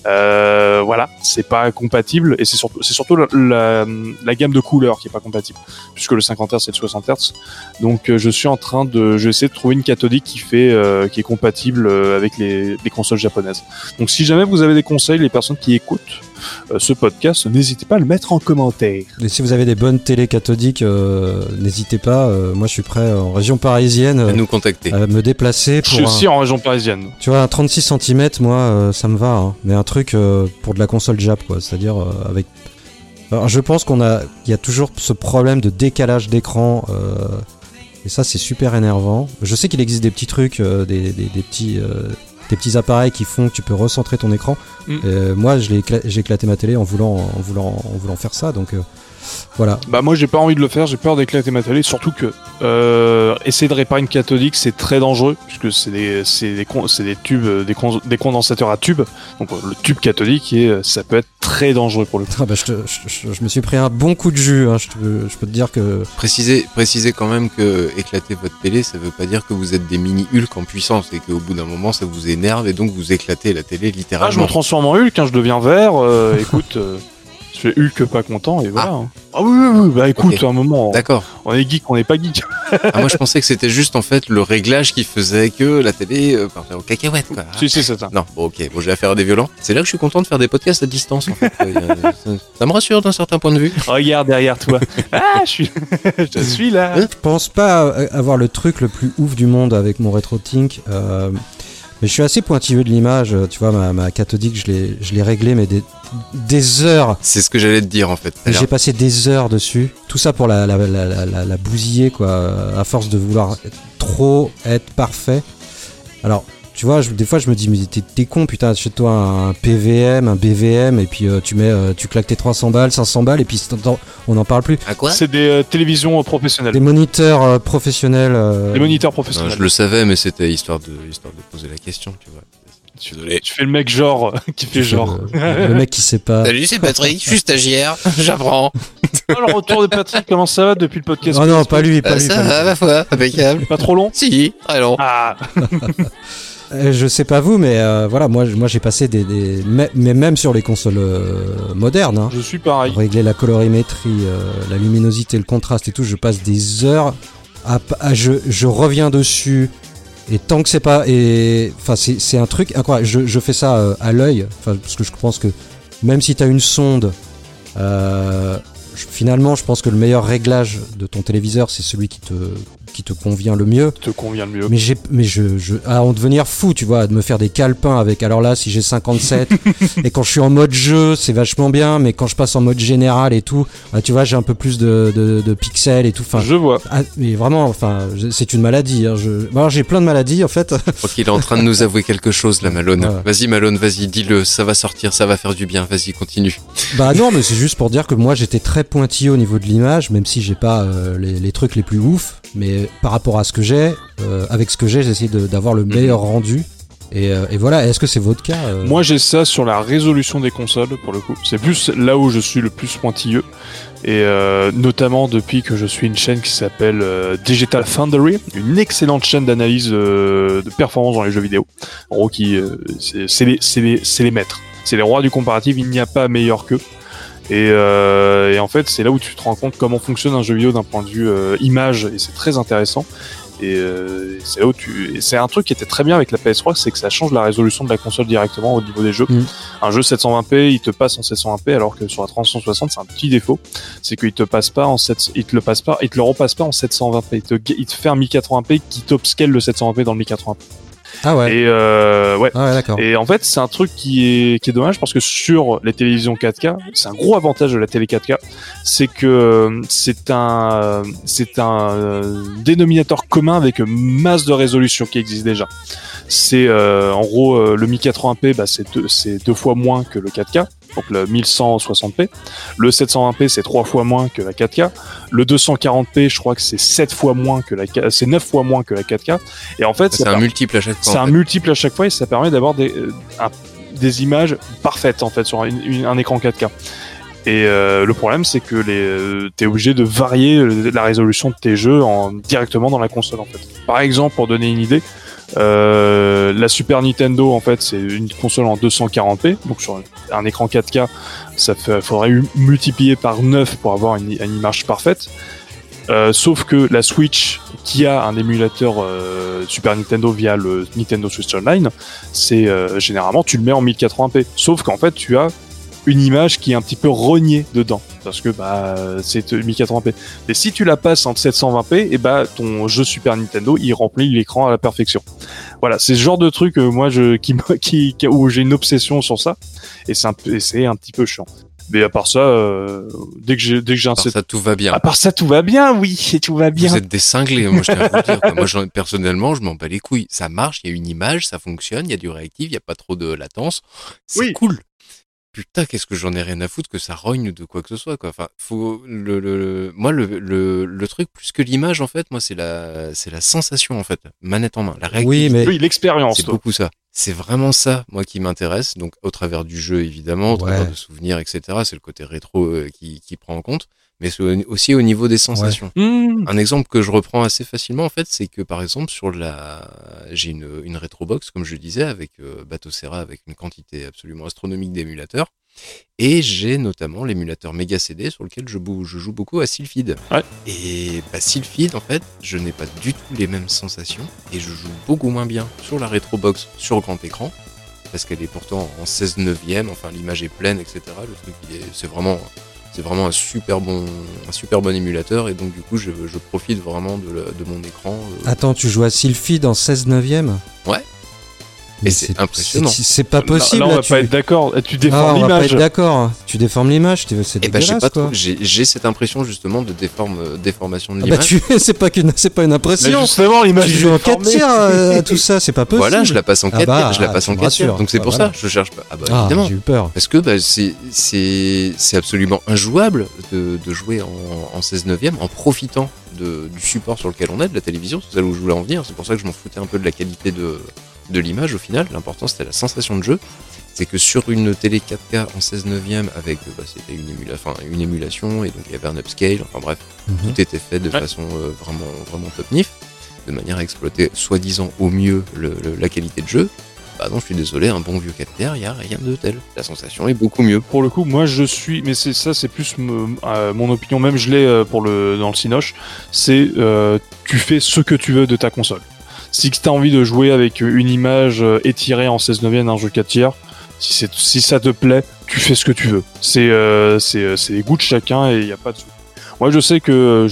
voilà, c'est pas compatible, et c'est surtout la gamme de couleurs qui est pas compatible, puisque le 50 Hz c'est le 60 Hz. Donc je vais essayer de trouver une cathodique qui est compatible avec les consoles japonaises. Donc si jamais vous avez des conseils, les personnes qui écoutent ce podcast, n'hésitez pas à le mettre en commentaire. Et si vous avez des bonnes télé cathodiques, n'hésitez pas. Moi, je suis prêt en région parisienne à nous contacter, à me déplacer. Je suis aussi en région parisienne. Tu vois, un 36 cm, moi, ça me va. Hein. Mais un truc pour de la console Jap, quoi. C'est-à-dire avec. Alors, je pense qu'il y a toujours ce problème de décalage d'écran. Et ça, c'est super énervant. Je sais qu'il existe des petits trucs, des petits appareils qui font que tu peux recentrer ton écran. Moi, j'ai éclaté ma télé en voulant faire ça, donc voilà. Bah moi, j'ai pas envie de le faire, j'ai peur d'éclater ma télé, surtout que essayer de réparer une cathodique, c'est très dangereux, puisque c'est des tubes, des condensateurs à tubes, donc le tube cathodique, et ça peut être très dangereux pour le coup. Ah bah, je me suis pris un bon coup de jus, hein. Je peux te dire que... Précisez quand même que éclater votre télé, ça veut pas dire que vous êtes des mini Hulk en puissance, et qu'au bout d'un moment, ça vous énerve, et donc vous éclatez la télé littéralement. Ah, je me transforme en Hulk, hein, je deviens vert, écoute... Je fais Hulk pas content et voilà. Ah oui, bah écoute, okay. À un moment, d'accord. On est geek, on n'est pas geek. Moi je pensais que c'était juste en fait le réglage qui faisait que la télé partait aux cacahuètes quoi. Si, c'est ça. Non, bon ok, j'ai affaire à des violents. C'est là que je suis content de faire des podcasts à distance en fait. Ça me rassure d'un certain point de vue. Regarde derrière toi. Ah, je suis là. Je pense pas avoir le truc le plus ouf du monde avec mon RetroTink. Mais je suis assez pointilleux de l'image, tu vois, ma cathodique, je l'ai réglée, mais des heures. C'est ce que j'allais te dire, en fait. J'ai passé des heures dessus. Tout ça pour la bousiller, quoi, à force de vouloir trop être parfait. Alors, tu vois, des fois, je me dis, mais t'es con, putain, achète-toi un PVM, un BVM, et puis tu claques tes 300 balles, 500 balles, et puis on n'en parle plus. À quoi ? C'est des télévisions professionnelles. Des moniteurs professionnels. Des moniteurs professionnels. Non, je le savais, mais c'était histoire de poser la question, tu vois. Je suis désolé. Tu fais le mec genre, qui fait genre. Le mec qui sait pas. Salut, c'est Patrick, je suis stagiaire, j'apprends. Oh, le retour de Patrick, comment ça va depuis le podcast ? Oh non, pas lui, pas lui. Ça va, ma foi, impeccable. Pas trop long ? Si, très long. Ah. Je sais pas vous, mais voilà, moi j'ai passé mais même sur les consoles modernes. Hein, je suis pareil. Régler la colorimétrie, la luminosité, le contraste et tout, je passe des heures je reviens dessus. Et tant que c'est pas, enfin c'est un truc incroyable. Je fais ça à l'œil, parce que je pense que même si t'as une sonde, finalement je pense que le meilleur réglage de ton téléviseur c'est celui qui te convient le mieux. Mais à en devenir fou, tu vois, de me faire des calepins avec. Alors là, si j'ai 57 et quand je suis en mode jeu, c'est vachement bien, mais quand je passe en mode général et tout, tu vois, j'ai un peu plus de pixels et tout. Enfin, je vois. Mais vraiment, enfin, c'est une maladie. Hein, alors j'ai plein de maladies en fait. Je crois qu'il est en train de nous avouer quelque chose là, Malone. Ouais. Vas-y, Malone, vas-y, dis-le, ça va sortir, ça va faire du bien. Vas-y, continue. Bah non, mais c'est juste pour dire que moi j'étais très pointilleux au niveau de l'image, même si j'ai pas les trucs les plus ouf. Mais par rapport à ce que j'ai, avec ce que j'ai, j'essaie d'avoir le meilleur rendu. Et voilà, est-ce que c'est votre cas Moi j'ai ça sur la résolution des consoles pour le coup. C'est plus là où je suis le plus pointilleux. Et notamment depuis que je suis une chaîne qui s'appelle Digital Foundry, une excellente chaîne d'analyse de performance dans les jeux vidéo. En gros, c'est les maîtres. C'est les rois du comparatif, il n'y a pas meilleur qu'eux. Et en fait, c'est là où tu te rends compte comment fonctionne un jeu vidéo d'un point de vue image, et c'est très intéressant. Et c'est là où c'est un truc qui était très bien avec la PS3, c'est que ça change la résolution de la console directement au niveau des jeux. Un jeu 720p, il te passe en 720p, alors que sur la 360, c'est un petit défaut, c'est qu'il te passe pas en il te le repasse pas en 720p. Il te fait un 1080p qui t'upscale le 720p dans le 1080p. Ah ouais. Et d'accord. Et en fait, c'est un truc qui est dommage parce que sur les télévisions 4K, c'est un gros avantage de la télé 4K, c'est que c'est un dénominateur commun avec une masse de résolution qui existe déjà. C'est en gros le 1080p, c'est deux fois moins que le 4K. Donc le 1160p, le 720p c'est 3 fois moins que la 4K, le 240p je crois que c'est 7 fois moins que c'est 9 fois moins que la 4K, et en fait c'est un multiple à chaque fois. C'est un multiple à chaque fois et ça permet d'avoir des images parfaites en fait sur un écran 4K. Et le problème c'est que t'es obligé de varier la résolution de tes jeux directement dans la console en fait. Par exemple, pour donner une idée, la Super Nintendo en fait c'est une console en 240p, donc sur un écran 4K faudrait multiplier par 9 pour avoir une image parfaite, sauf que la Switch qui a un émulateur Super Nintendo via le Nintendo Switch Online, c'est généralement tu le mets en 1080p, sauf qu'en fait tu as une image qui est un petit peu rognée dedans parce que c'est 1080p. Mais si tu la passes en 720p, et ton jeu Super Nintendo il remplit l'écran à la perfection. Voilà, c'est ce genre de truc moi où j'ai une obsession sur ça, et c'est un petit peu chiant. Mais à part ça, dès que j'ai un ça tout va bien. À part ça tout va bien, oui, tout va bien. Vous êtes des cinglés, moi je tiens à vous dire. Quoi. Moi personnellement, je m'en bats les couilles. Ça marche, il y a une image, ça fonctionne, il y a du réactif, il y a pas trop de latence. C'est cool. Putain, qu'est-ce que j'en ai rien à foutre que ça rogne ou de quoi que ce soit, quoi. Enfin, faut moi le truc plus que l'image en fait, moi c'est la sensation en fait, manette en main, la réactivité. Oui, l'expérience. C'est beaucoup ça. C'est vraiment ça, moi, qui m'intéresse. Donc, au travers du jeu, évidemment, au travers de souvenirs, etc. C'est le côté rétro qui prend en compte. Mais c'est aussi au niveau des sensations. Un exemple que je reprends assez facilement, en fait, c'est que, par exemple, j'ai une rétrobox, comme je le disais, avec Batocera, avec une quantité absolument astronomique d'émulateurs. Et j'ai notamment l'émulateur Mega CD sur lequel je joue beaucoup à Sylphid. Ouais. Et Sylphid, en fait, je n'ai pas du tout les mêmes sensations et je joue beaucoup moins bien sur la Retrobox sur grand écran parce qu'elle est pourtant en 16/9, enfin l'image est pleine, etc. Le truc, c'est vraiment un super bon émulateur et donc du coup je profite vraiment de mon écran. Attends, tu joues à Sylphid en 16/9? Ouais. Mais c'est impressionnant. C'est pas possible. Là, on va pas être d'accord. Tu déformes l'image. On va pas être d'accord. Tu déformes l'image. C'est dégueulasse, quoi. J'ai cette impression justement de déformation de l'image. C'est pas une impression. Mais justement, l'image. Tu joues en 4 tiers à tout ça, c'est pas possible. Voilà, je la passe en 4 tiers. Je la passe en 4 tiers. Donc c'est pour ça, je cherche pas. Évidemment. J'ai eu peur. Parce que c'est absolument injouable de jouer en 16/9 en profitant du support sur lequel on est, de la télévision. C'est là où je voulais en venir. C'est pour ça que je m'en foutais un peu de la qualité de l'image au final. L'important c'était la sensation de jeu. C'est que sur une télé 4K en 16/9 avec c'était une émulation et donc il y avait un upscale, enfin bref, tout était fait de façon vraiment top nif, de manière à exploiter soi-disant au mieux la qualité de jeu. Non, je suis désolé, un bon vieux 4K, il n'y a rien de tel. La sensation est beaucoup mieux. Pour le coup, moi mais c'est plus mon opinion, même je l'ai dans le Cinoche, c'est tu fais ce que tu veux de ta console. Si tu as envie de jouer avec une image étirée en 16/9 d'un jeu 4 tiers, si ça te plaît, tu fais ce que tu veux. C'est les goûts de chacun et il n'y a pas de souci. Moi, je sais que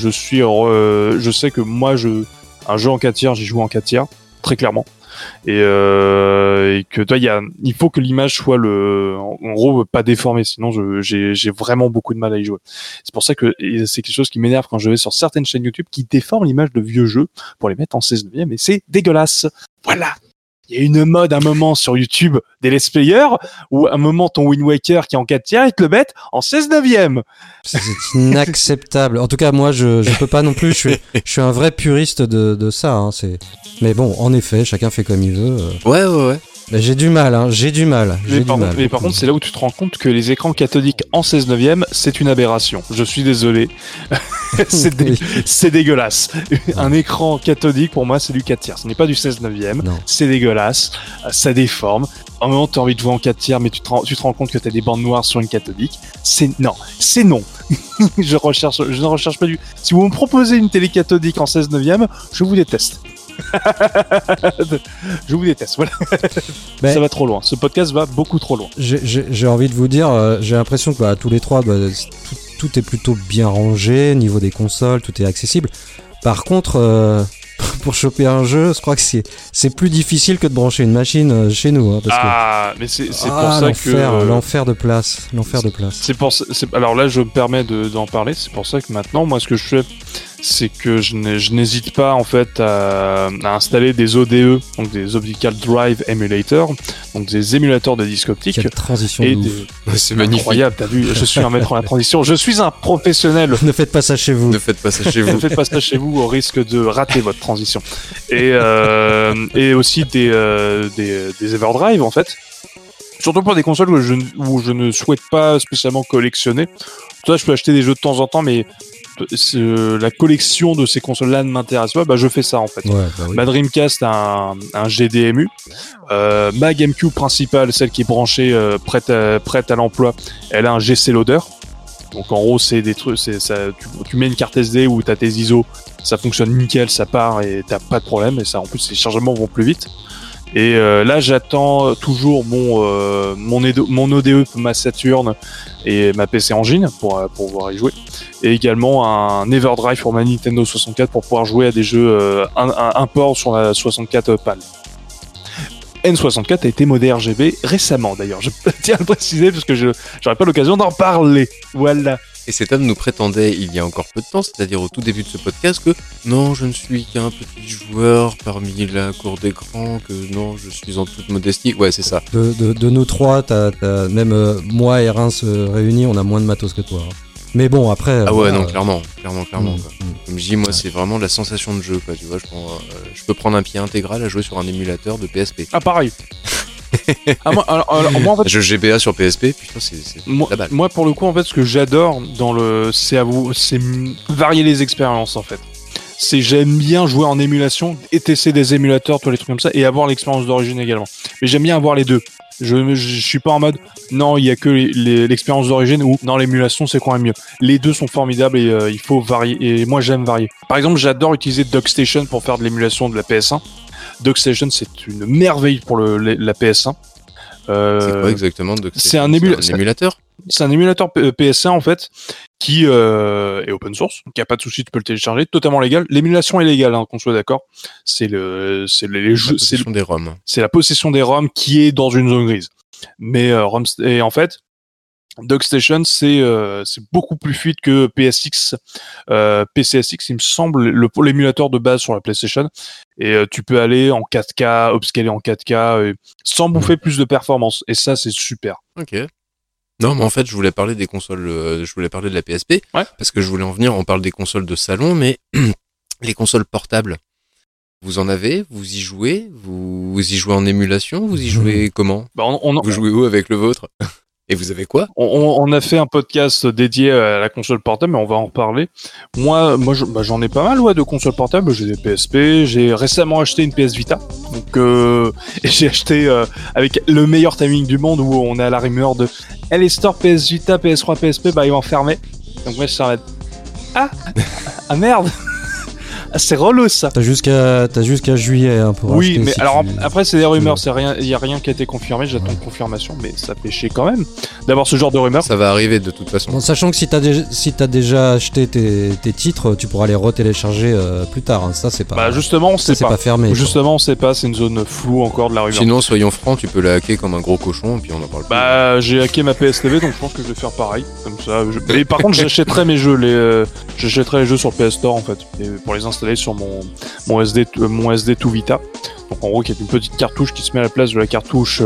un jeu en 4 tiers, j'y joue en 4 tiers, très clairement. Et que toi, il faut que l'image soit en gros pas déformée, sinon j'ai vraiment beaucoup de mal à y jouer. C'est pour ça que c'est quelque chose qui m'énerve quand je vais sur certaines chaînes YouTube qui déforment l'image de vieux jeux pour les mettre en 16/9 et c'est dégueulasse. Voilà. Il y a une mode, un moment sur YouTube des let's players où un moment ton Wind Waker qui est en 4 tiers, ils te le mettent en 16/9. C'est inacceptable. En tout cas, moi, je peux pas non plus. Je suis un vrai puriste de ça. Mais bon, en effet, chacun fait comme il veut. Ouais. Mais j'ai du mal, hein, j'ai du mal. Mais par contre, c'est là où tu te rends compte que les écrans cathodiques en 16/9, c'est une aberration. Je suis désolé. C'est dégueulasse. Un écran cathodique, pour moi, c'est du 4 tiers. Ce n'est pas du 16/9. C'est dégueulasse. Ça déforme. En même temps, tu as envie de jouer en 4 tiers, mais tu te rends compte que tu as des bandes noires sur une cathodique. C'est non. Je ne recherche pas du... Si vous me proposez une télé cathodique en 16/9, je vous déteste. Je vous déteste, voilà. Mais ça va trop loin. Ce podcast va beaucoup trop loin. J'ai envie de vous dire, j'ai l'impression que tous les trois, tout est plutôt bien rangé. Niveau des consoles, tout est accessible. Par contre, pour choper un jeu, je crois que c'est plus difficile que de brancher une machine chez nous. Hein, parce mais c'est pour ça que... L'enfer de place. Alors là, je me permets d'en parler. C'est pour ça que maintenant, moi, ce que je fais, c'est que je n'hésite pas en fait à installer des ODE, donc des Optical Drive Emulator, donc des émulateurs de disques optiques. Quelle transition et c'est magnifique. Incroyable, t'as vu, je suis un maître en la transition, je suis un professionnel. Ne faites pas ça chez vous. Ne faites pas ça chez vous. Ne faites pas ça chez vous au risque de rater votre transition. Et aussi des Everdrive en fait. Surtout pour des consoles où je ne souhaite pas spécialement collectionner. Toi, je peux acheter des jeux de temps en temps, mais la collection de ces consoles-là ne m'intéresse pas. Je fais ça en fait. Oui. Ma Dreamcast a un GDMU. Ma GameCube principale, celle qui est branchée, prête à l'emploi, elle a un GC Loader. Donc en gros, c'est des trucs, tu mets une carte SD où t'as tes ISO, ça fonctionne nickel, ça part et t'as pas de problème. Et ça, en plus, les chargements vont plus vite. Et là, j'attends toujours mon ODE, ma Saturn et ma PC Engine pour pouvoir y jouer. Et également un Everdrive pour ma Nintendo 64 pour pouvoir jouer à des jeux un port sur la 64 PAL. N64 a été modé RGB récemment d'ailleurs, je tiens à le préciser parce que j'aurais pas l'occasion d'en parler. Voilà. Et cet homme nous prétendait il y a encore peu de temps, c'est-à-dire au tout début de ce podcast, que non, je ne suis qu'un petit joueur parmi la cour d'écran, que non, je suis en toute modestie. Ouais, c'est ça. De nous trois, t'as même moi et Reims réunis, on a moins de matos que toi. Hein. Mais bon, après... Ah ouais, non, clairement. Quoi. Comme je dis, moi, c'est vraiment la sensation de jeu, quoi. Tu vois, je peux prendre un pied intégral à jouer sur un émulateur de PSP. Ah, pareil. Moi, en fait, jeu GBA sur PSP, putain, c'est la balle. Moi, pour le coup, en fait, ce que j'adore c'est varier les expériences, en fait. J'aime bien jouer en émulation et tester des émulateurs, tous les trucs comme ça, et avoir l'expérience d'origine également. Mais j'aime bien avoir les deux. Je suis pas en mode non, il y a que l'expérience d'origine ou non, l'émulation c'est quand même mieux. Les deux sont formidables et il faut varier. Et moi j'aime varier. Par exemple, j'adore utiliser DockStation pour faire de l'émulation de la PS1. DockStation c'est une merveille pour la PS1. C'est quoi exactement DockStation? C'est un émulateur. C'est un émulateur PS1 en fait qui est open source, donc il n'y a pas de souci, tu peux le télécharger, totalement légal. L'émulation est légale, hein, qu'on soit d'accord. C'est la possession des ROM. C'est la possession des ROM qui est dans une zone grise. Mais et en fait, DockStation c'est beaucoup plus fluide que PSX, PCSX, il me semble, l'émulateur de base sur la PlayStation. Et tu peux aller en 4K, upscaler en 4K, sans bouffer plus de performance. Et ça, c'est super. Ok. Non, mais en fait, je voulais parler des consoles, je voulais parler de la PSP, ouais. Parce que je voulais en venir, on parle des consoles de salon, mais les consoles portables, vous en avez, vous y jouez en émulation, vous y jouez comment? Vous jouez où avec le vôtre? Et vous avez quoi? On a fait un podcast dédié à la console portable, mais on va en reparler. Moi, j'en ai pas mal, ouais, de consoles portables. J'ai des PSP, j'ai récemment acheté une PS Vita. Donc, j'ai acheté avec le meilleur timing du monde où on est à la rumeur de les stores PS Vita, PS3, PSP, ils vont fermer. Donc moi, je suis en mode merde. C'est relou ça. T'as jusqu'à juillet hein, pour oui, acheter. Oui, mais alors après c'est des rumeurs, il y a rien qui a été confirmé. J'attends confirmation, mais ça fait chier quand même d'avoir ce genre de rumeurs. Ça va arriver de toute façon. Bon, sachant que si t'as déjà acheté tes titres, tu pourras les retélécharger plus tard. Hein. Ça c'est pas. Justement, on sait pas. C'est pas fermé. Justement, on sait pas. C'est une zone floue encore de la rumeur. Sinon, soyons francs, tu peux la hacker comme un gros cochon et puis on en parle plus. J'ai hacké ma PSTV, donc je pense que je vais faire pareil, comme ça. Mais par contre, j'achèterai mes jeux, j'achèterai les jeux sur PS Store en fait, et pour les installer sur mon SD2 Vita. Donc en gros, qui est une petite cartouche qui se met à la place de la cartouche,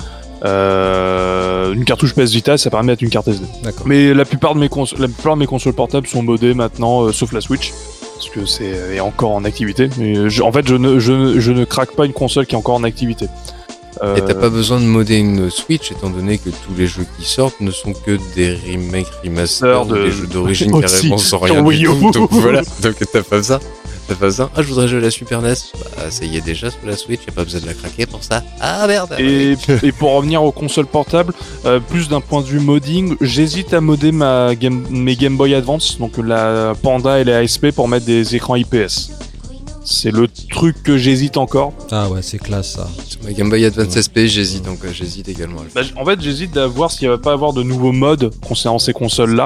une cartouche PS Vita, ça permet d'être une carte SD. D'accord. Mais la plupart de mes consoles portables sont modées maintenant, sauf la Switch, parce que c'est encore en activité. Mais en fait, je ne craque pas une console qui est encore en activité. Et t'as pas besoin de modder une Switch, étant donné que tous les jeux qui sortent ne sont que des remakes, remasters, des jeux d'origine carrément sans rien du tout. Donc voilà, donc t'as pas besoin. Ah, je voudrais jouer à la Super NES. Bah, ça y est déjà sur la Switch, y'a pas besoin de la craquer pour ça. Ah merde. Et pour revenir aux consoles portables, plus d'un point de vue modding, j'hésite à modder mes Game Boy Advance, donc la Panda et les ASP pour mettre des écrans IPS. C'est le truc que j'hésite encore. Ah ouais, c'est classe ça. Sur ma Game Boy Advance SP, j'hésite également. En fait, j'hésite à voir s'il va pas avoir de nouveaux mods concernant ces consoles-là.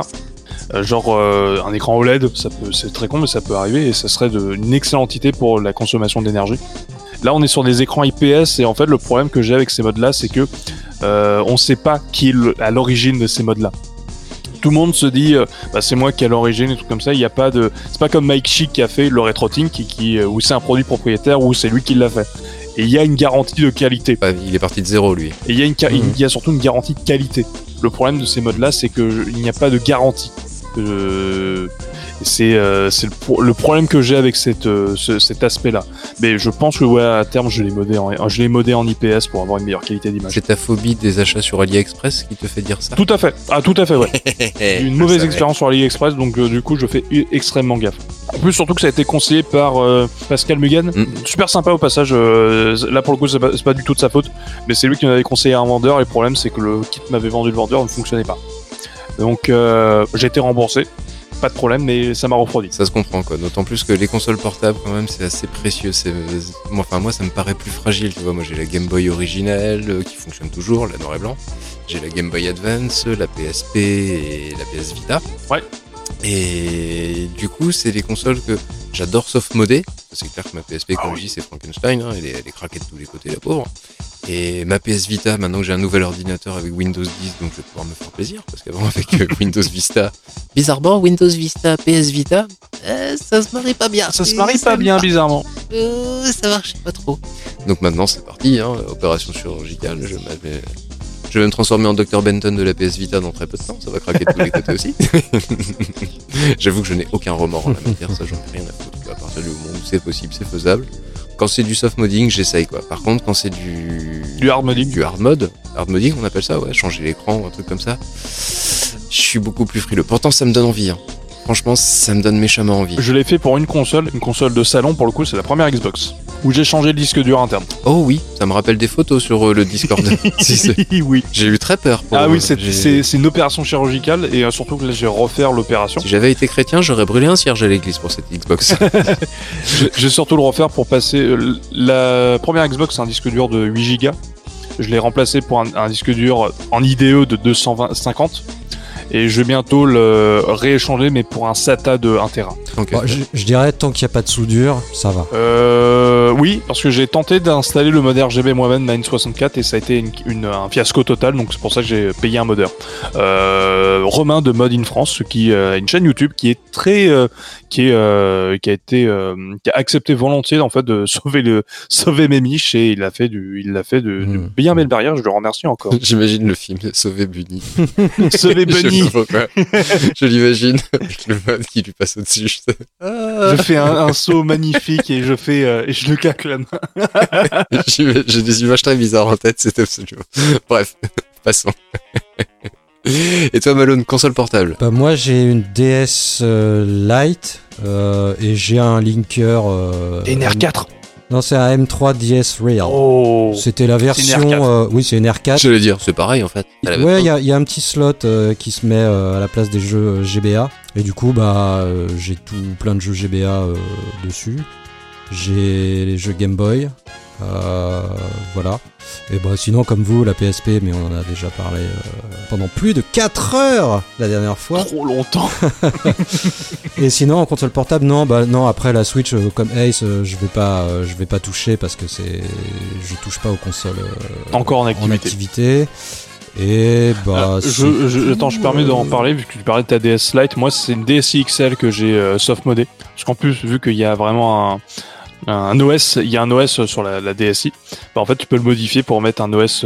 Un écran OLED, c'est très con, mais ça peut arriver et ça serait une excellente idée pour la consommation d'énergie. Là, on est sur des écrans IPS et en fait, le problème que j'ai avec ces mods-là, c'est que on sait pas qui est à l'origine de ces mods-là. Tout le monde se dit c'est moi qui ai l'origine et tout comme ça. Il y a pas de, c'est pas comme Mike Chick qui a fait le RetroTink où c'est un produit propriétaire où c'est lui qui l'a fait. Et il y a une garantie de qualité. Il est parti de zéro lui. Et il y a surtout une garantie de qualité. Le problème de ces modes-là, c'est que il n'y a pas de garantie. C'est le problème que j'ai avec cet aspect-là. Mais je pense que à terme, je l'ai modé en IPS pour avoir une meilleure qualité d'image. C'est ta phobie des achats sur AliExpress qui te fait dire ça? Tout à fait. Ah, tout à fait, ouais. J'ai eu une mauvaise expérience sur AliExpress, donc du coup, je fais extrêmement gaffe. En plus, surtout que ça a été conseillé par Pascal Mugan. Super sympa au passage. Là, pour le coup, c'est pas du tout de sa faute. Mais c'est lui qui m'avait conseillé un vendeur. Et le problème, c'est que le kit m'avait vendu le vendeur ne fonctionnait pas. Donc, j'ai été remboursé. Pas de problème, mais ça m'a refroidi. Ça se comprend, quoi. D'autant plus que les consoles portables, quand même, c'est assez précieux. Moi, ça me paraît plus fragile, tu vois. Moi, j'ai la Game Boy originelle, qui fonctionne toujours, la noir et blanc. J'ai la Game Boy Advance, la PSP et la PS Vita. Ouais. Et du coup, c'est des consoles que j'adore soft-modder. C'est clair que ma PSP, comme je dis, c'est Frankenstein, hein. Elle est craquée de tous les côtés, la pauvre. Et ma PS Vita, maintenant que j'ai un nouvel ordinateur avec Windows 10, donc je vais pouvoir me faire plaisir, parce qu'avant avec Windows Vista, bizarrement Windows Vista, PS Vita, ça se marie pas bien. Ça se marie pas bien, bizarrement. Ça marchait pas trop. Donc maintenant c'est parti, hein, opération chirurgicale, je vais me transformer en Dr Benton de la PS Vita dans très peu de temps, ça va craquer de tous les côtés aussi. J'avoue que je n'ai aucun remords en la matière, ça j'en ai rien à foutre. À partir du moment où c'est possible, c'est faisable. Quand c'est du soft modding, j'essaye quoi. Par contre, quand c'est du hard modding, hard modding, on appelle ça, ouais, changer l'écran ou un truc comme ça, je suis beaucoup plus frileux. Pourtant, ça me donne envie. Hein. Franchement, ça me donne méchamment envie. Je l'ai fait pour une console de salon. Pour le coup, c'est la première Xbox où j'ai changé le disque dur interne. Oh oui, ça me rappelle des photos sur le Discord. Oui. J'ai eu très peur. C'est une opération chirurgicale et surtout que là, j'ai refait l'opération. Si j'avais été chrétien, j'aurais brûlé un cierge à l'église pour cette Xbox. J'ai surtout le refaire pour passer. La première Xbox, c'est un disque dur de 8 Go. Je l'ai remplacé pour un disque dur en IDE de 250. Et je vais bientôt le rééchanger, mais pour un SATA de 1 Tera. Okay. Bon, je dirais, tant qu'il n'y a pas de soudure, ça va. Oui, parce que j'ai tenté d'installer le modèle RGB moi-même ma N64 et ça a été un fiasco total, donc c'est pour ça que j'ai payé un modeur. Romain de Mod in France, qui a une chaîne YouTube qui est très... qui a accepté volontiers en fait de sauver mes miches et il l'a fait de bien belle barrière. Je le remercie encore. J'imagine le film Sauver Bunny. Sauver Bunny. Je l'imagine avec le mode qui lui passe au-dessus. Je fais un saut magnifique et je le claque la main. J'ai des images très bizarres en tête, c'est absolument. Bref, passons. Et toi, Malone, console portable? Bah, moi, j'ai une DS Lite et j'ai un linker. Une R4? Non, c'est un M3 DS Real. Oh, c'était la version. Oui, c'est une R4. Je veux dire, c'est pareil en fait. Ouais, il y a un petit slot qui se met à la place des jeux GBA. Et du coup, j'ai plein de jeux GBA dessus. J'ai les jeux Game Boy. Voilà. Et sinon, comme vous, la PSP, mais on en a déjà parlé pendant plus de 4 heures la dernière fois. Trop longtemps. Et sinon, en console portable, non, après la Switch, comme Ace, je vais pas toucher parce que je touche pas aux consoles encore en activité. Et je permets d'en parler vu que tu parlais de ta DS Lite. Moi, c'est une DSi XL que j'ai soft modée. Parce qu'en plus, vu qu'il y a vraiment un OS, il y a un OS sur la DSi. En fait, tu peux le modifier pour mettre un OS,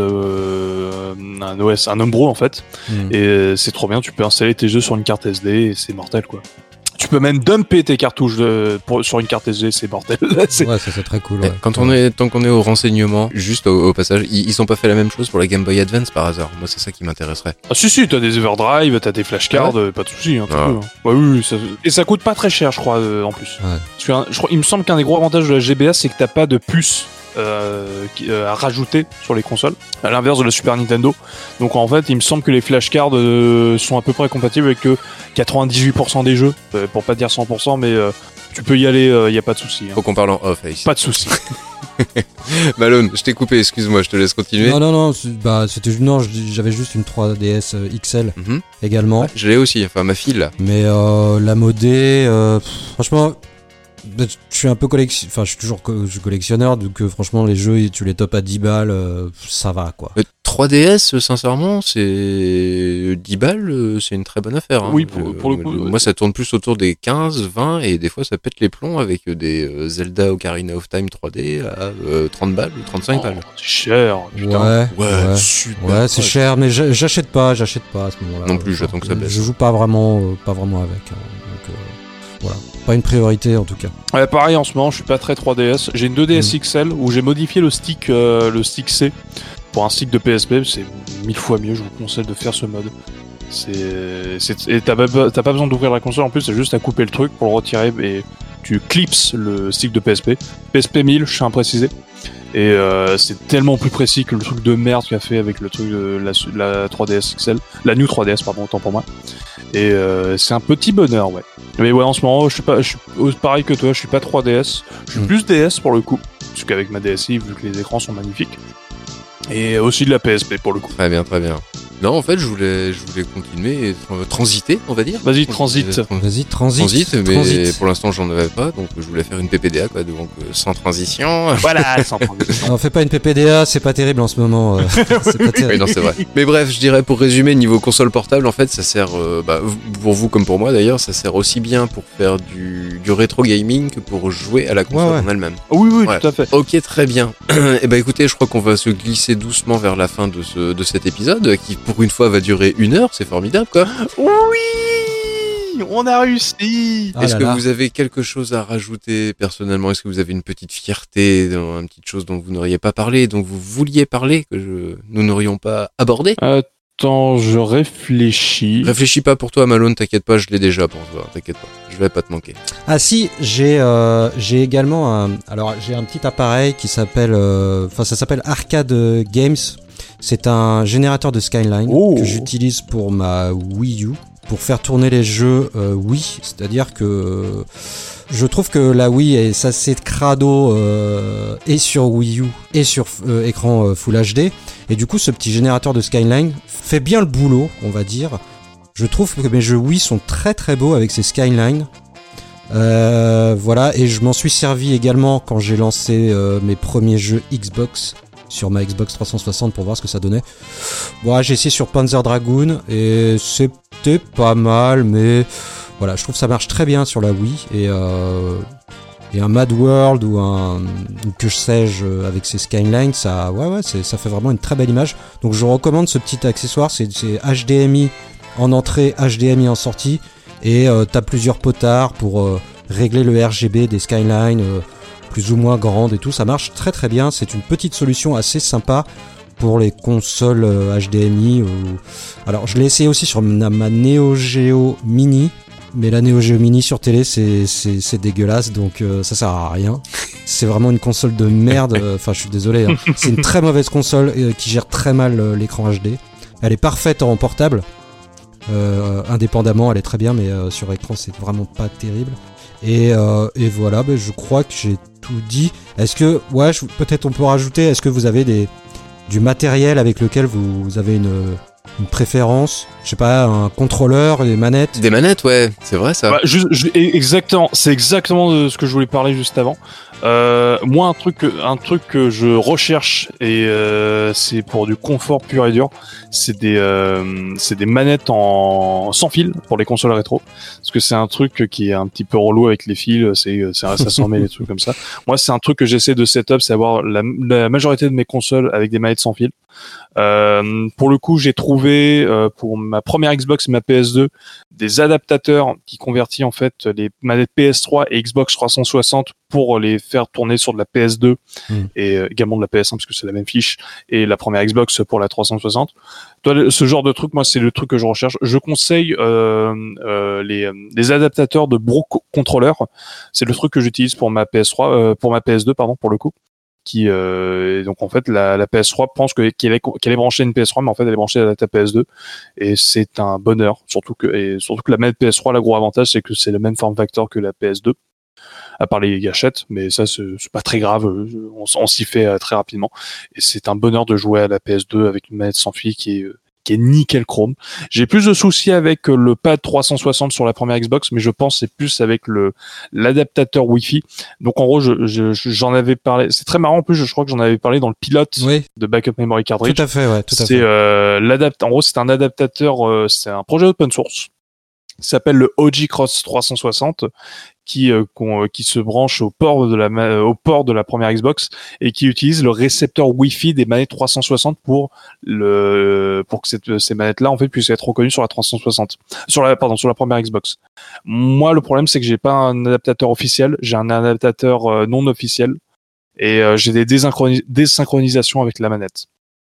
un Umbro en fait. Et c'est trop bien. Tu peux installer tes jeux sur une carte SD et c'est mortel quoi. Tu peux même dumper tes cartouches sur une carte SD, c'est mortel. Ouais, ça c'est très cool. Ouais. Tant qu'on est au renseignement, juste au passage, ils ont pas fait la même chose pour la Game Boy Advance par hasard. Moi, c'est ça qui m'intéresserait. Ah si, t'as des overdrive, t'as des flashcards, pas de soucis. Hein, ouais, oui, et ça coûte pas très cher, je crois, en plus. Ouais. Parce que, il me semble qu'un des gros avantages de la GBA, c'est que t'as pas de puce à rajouter sur les consoles, à l'inverse de la Super Nintendo. Donc en fait, il me semble que les flashcards sont à peu près compatibles avec 98% des jeux, pour pas dire 100%, mais tu peux y aller, y a pas de souci. Hein. Faut qu'on parle en off, ici. Pas de souci. Malone, je t'ai coupé, excuse-moi, je te laisse continuer. Non, j'avais juste une 3DS XL également. Ouais, je l'ai aussi, enfin ma fille là. Mais la modée, franchement, je suis un peu je suis toujours collectionneur, donc franchement les jeux tu les topes à 10 balles, ça va quoi. 3DS, sincèrement, c'est 10 balles, c'est une très bonne affaire. Hein. Oui, pour le coup. Moi, ça tourne plus autour des 15, 20, et des fois, ça pète les plombs avec des Zelda Ocarina of Time 3D à 30 balles ou 35 balles. C'est cher, putain. Ouais, super. Ouais, c'est cher, mais j'achète pas à ce moment-là. Non plus, j'attends que ça baisse. Je joue pas vraiment avec. Donc, voilà. Pas une priorité en tout cas. Ouais, pareil, en ce moment, je suis pas très 3DS. J'ai une 2DS XL où j'ai modifié le stick C. Pour un stick de PSP, c'est 1000 fois mieux, je vous conseille de faire ce mode. Et t'as pas besoin d'ouvrir la console en plus, c'est juste à couper le truc pour le retirer et tu clips le stick de PSP. PSP 1000, je tiens à préciser. Et c'est tellement plus précis que le truc de merde qu'il a fait avec le truc de la 3DS XL. La New 3DS, pardon, autant pour moi. Et c'est un petit bonheur, ouais. Mais ouais, en ce moment, je suis pareil que toi, je suis pas 3DS. Je suis plus DS pour le coup. Parce qu'avec ma DSi, vu que les écrans sont magnifiques. Et aussi de la PSP pour le coup. Très bien, très bien. Non, en fait, je voulais continuer et transiter, on va dire. Vas-y, transite. Vas-y, transite. Mais pour l'instant, j'en avais pas, donc je voulais faire une PPDA, quoi, donc sans transition. Voilà, sans transition. Non, fais pas une PPDA, c'est pas terrible en ce moment. C'est pas terrible. Oui, non, c'est vrai. Mais bref, je dirais pour résumer, niveau console portable, en fait, ça sert, pour vous comme pour moi d'ailleurs, ça sert aussi bien pour faire du rétro gaming que pour jouer à la console en elle-même. Oui, tout à fait. Ok, très bien. Et écoutez, je crois qu'on va se glisser doucement vers la fin de cet épisode, qui pour une fois va durer 1 heure, c'est formidable, quoi. Oui, on a réussi. Est-ce que vous avez quelque chose à rajouter personnellement? Est-ce que vous avez une petite fierté, une petite chose dont vous n'auriez pas parlé, dont vous vouliez parler, que nous n'aurions pas abordé? Attends, je réfléchis. Réfléchis pas pour toi, Malone, t'inquiète pas, je l'ai déjà pour toi, t'inquiète pas, je vais pas te manquer. Ah si, j'ai également j'ai un petit appareil qui s'appelle, ça s'appelle Arcade Games. C'est un générateur de Skyline que j'utilise pour ma Wii U pour faire tourner les jeux Wii, c'est-à-dire que je trouve que la Wii est assez crado et sur Wii U et sur écran Full HD, et du coup ce petit générateur de Skyline fait bien le boulot, on va dire. Je trouve que mes jeux Wii sont très très beaux avec ces Skyline. Voilà, et je m'en suis servi également quand j'ai lancé mes premiers jeux Xbox sur ma Xbox 360 pour voir ce que ça donnait. Bon, j'ai essayé sur Panzer Dragoon et c'était pas mal, mais voilà, je trouve que ça marche très bien sur la Wii, et un Mad World ou que sais-je avec ces Skyline, ça fait vraiment une très belle image. Donc je recommande ce petit accessoire, c'est HDMI en entrée, HDMI en sortie, et t'as plusieurs potards pour régler le RGB des Skyline, plus ou moins grandes et tout, ça marche très très bien. C'est une petite solution assez sympa pour les consoles HDMI. Alors je l'ai essayé aussi sur ma Neo Geo Mini, mais la Neo Geo Mini sur télé c'est dégueulasse, donc ça sert à rien. C'est vraiment une console de merde, enfin je suis désolé, hein. C'est une très mauvaise console qui gère très mal l'écran HD. Elle est parfaite en portable, indépendamment elle est très bien, mais sur écran c'est vraiment pas terrible. Et voilà, je crois que j'ai tout dit. Est-ce que, peut-être on peut rajouter, est-ce que vous avez du matériel avec lequel vous avez une préférence? Je sais pas, un contrôleur, des manettes? Des manettes, ouais, c'est vrai ça. Exactement, c'est exactement de ce que je voulais parler juste avant. Moi, un truc que je recherche, et c'est pour du confort pur et dur, c'est des manettes sans fil pour les consoles rétro, parce que c'est un truc qui est un petit peu relou avec les fils, ça s'en met, les trucs comme ça. Moi, c'est un truc que j'essaie de setup, c'est avoir la majorité de mes consoles avec des manettes sans fil. Pour le coup, j'ai trouvé trouvé pour ma première Xbox et ma PS2 des adaptateurs qui convertissent en fait les manettes PS3 et Xbox 360 pour les faire tourner sur de la PS2 et également de la PS1 parce que c'est la même fiche, et la première Xbox pour la 360. Ce genre de truc, moi, c'est le truc que je recherche. Je conseille les adaptateurs de Bro Controller. C'est le truc que j'utilise pour ma PS3, pour ma PS2, pardon, pour le coup. Donc en fait la PS3 pense qu'elle est branchée à une PS3, mais en fait elle est branchée à la PS2, et c'est un bonheur. Surtout que la manette PS3, le gros avantage, c'est que c'est le même form factor que la PS2. À part les gâchettes, mais ça c'est pas très grave, on s'y fait très rapidement, et c'est un bonheur de jouer à la PS2 avec une manette sans fil qui est nickel chrome. J'ai plus de soucis avec le pad 360 sur la première Xbox, mais je pense c'est plus avec l'adaptateur Wi-Fi. Donc en gros, j'en avais parlé. C'est très marrant, en plus, je crois que j'en avais parlé dans le pilote de Backup Memory Cartridge. Tout à fait, ouais, tout à fait. En gros, c'est un adaptateur, c'est un projet open source qui s'appelle le OG Cross 360, qui se branche au port de la première Xbox et qui utilise le récepteur Wi-Fi des manettes 360 pour que ces manettes-là en fait puissent être reconnues sur la 360, sur la première Xbox. Moi, le problème, c'est que j'ai pas un adaptateur officiel, j'ai un adaptateur non officiel, et j'ai des désynchronisations avec la manette.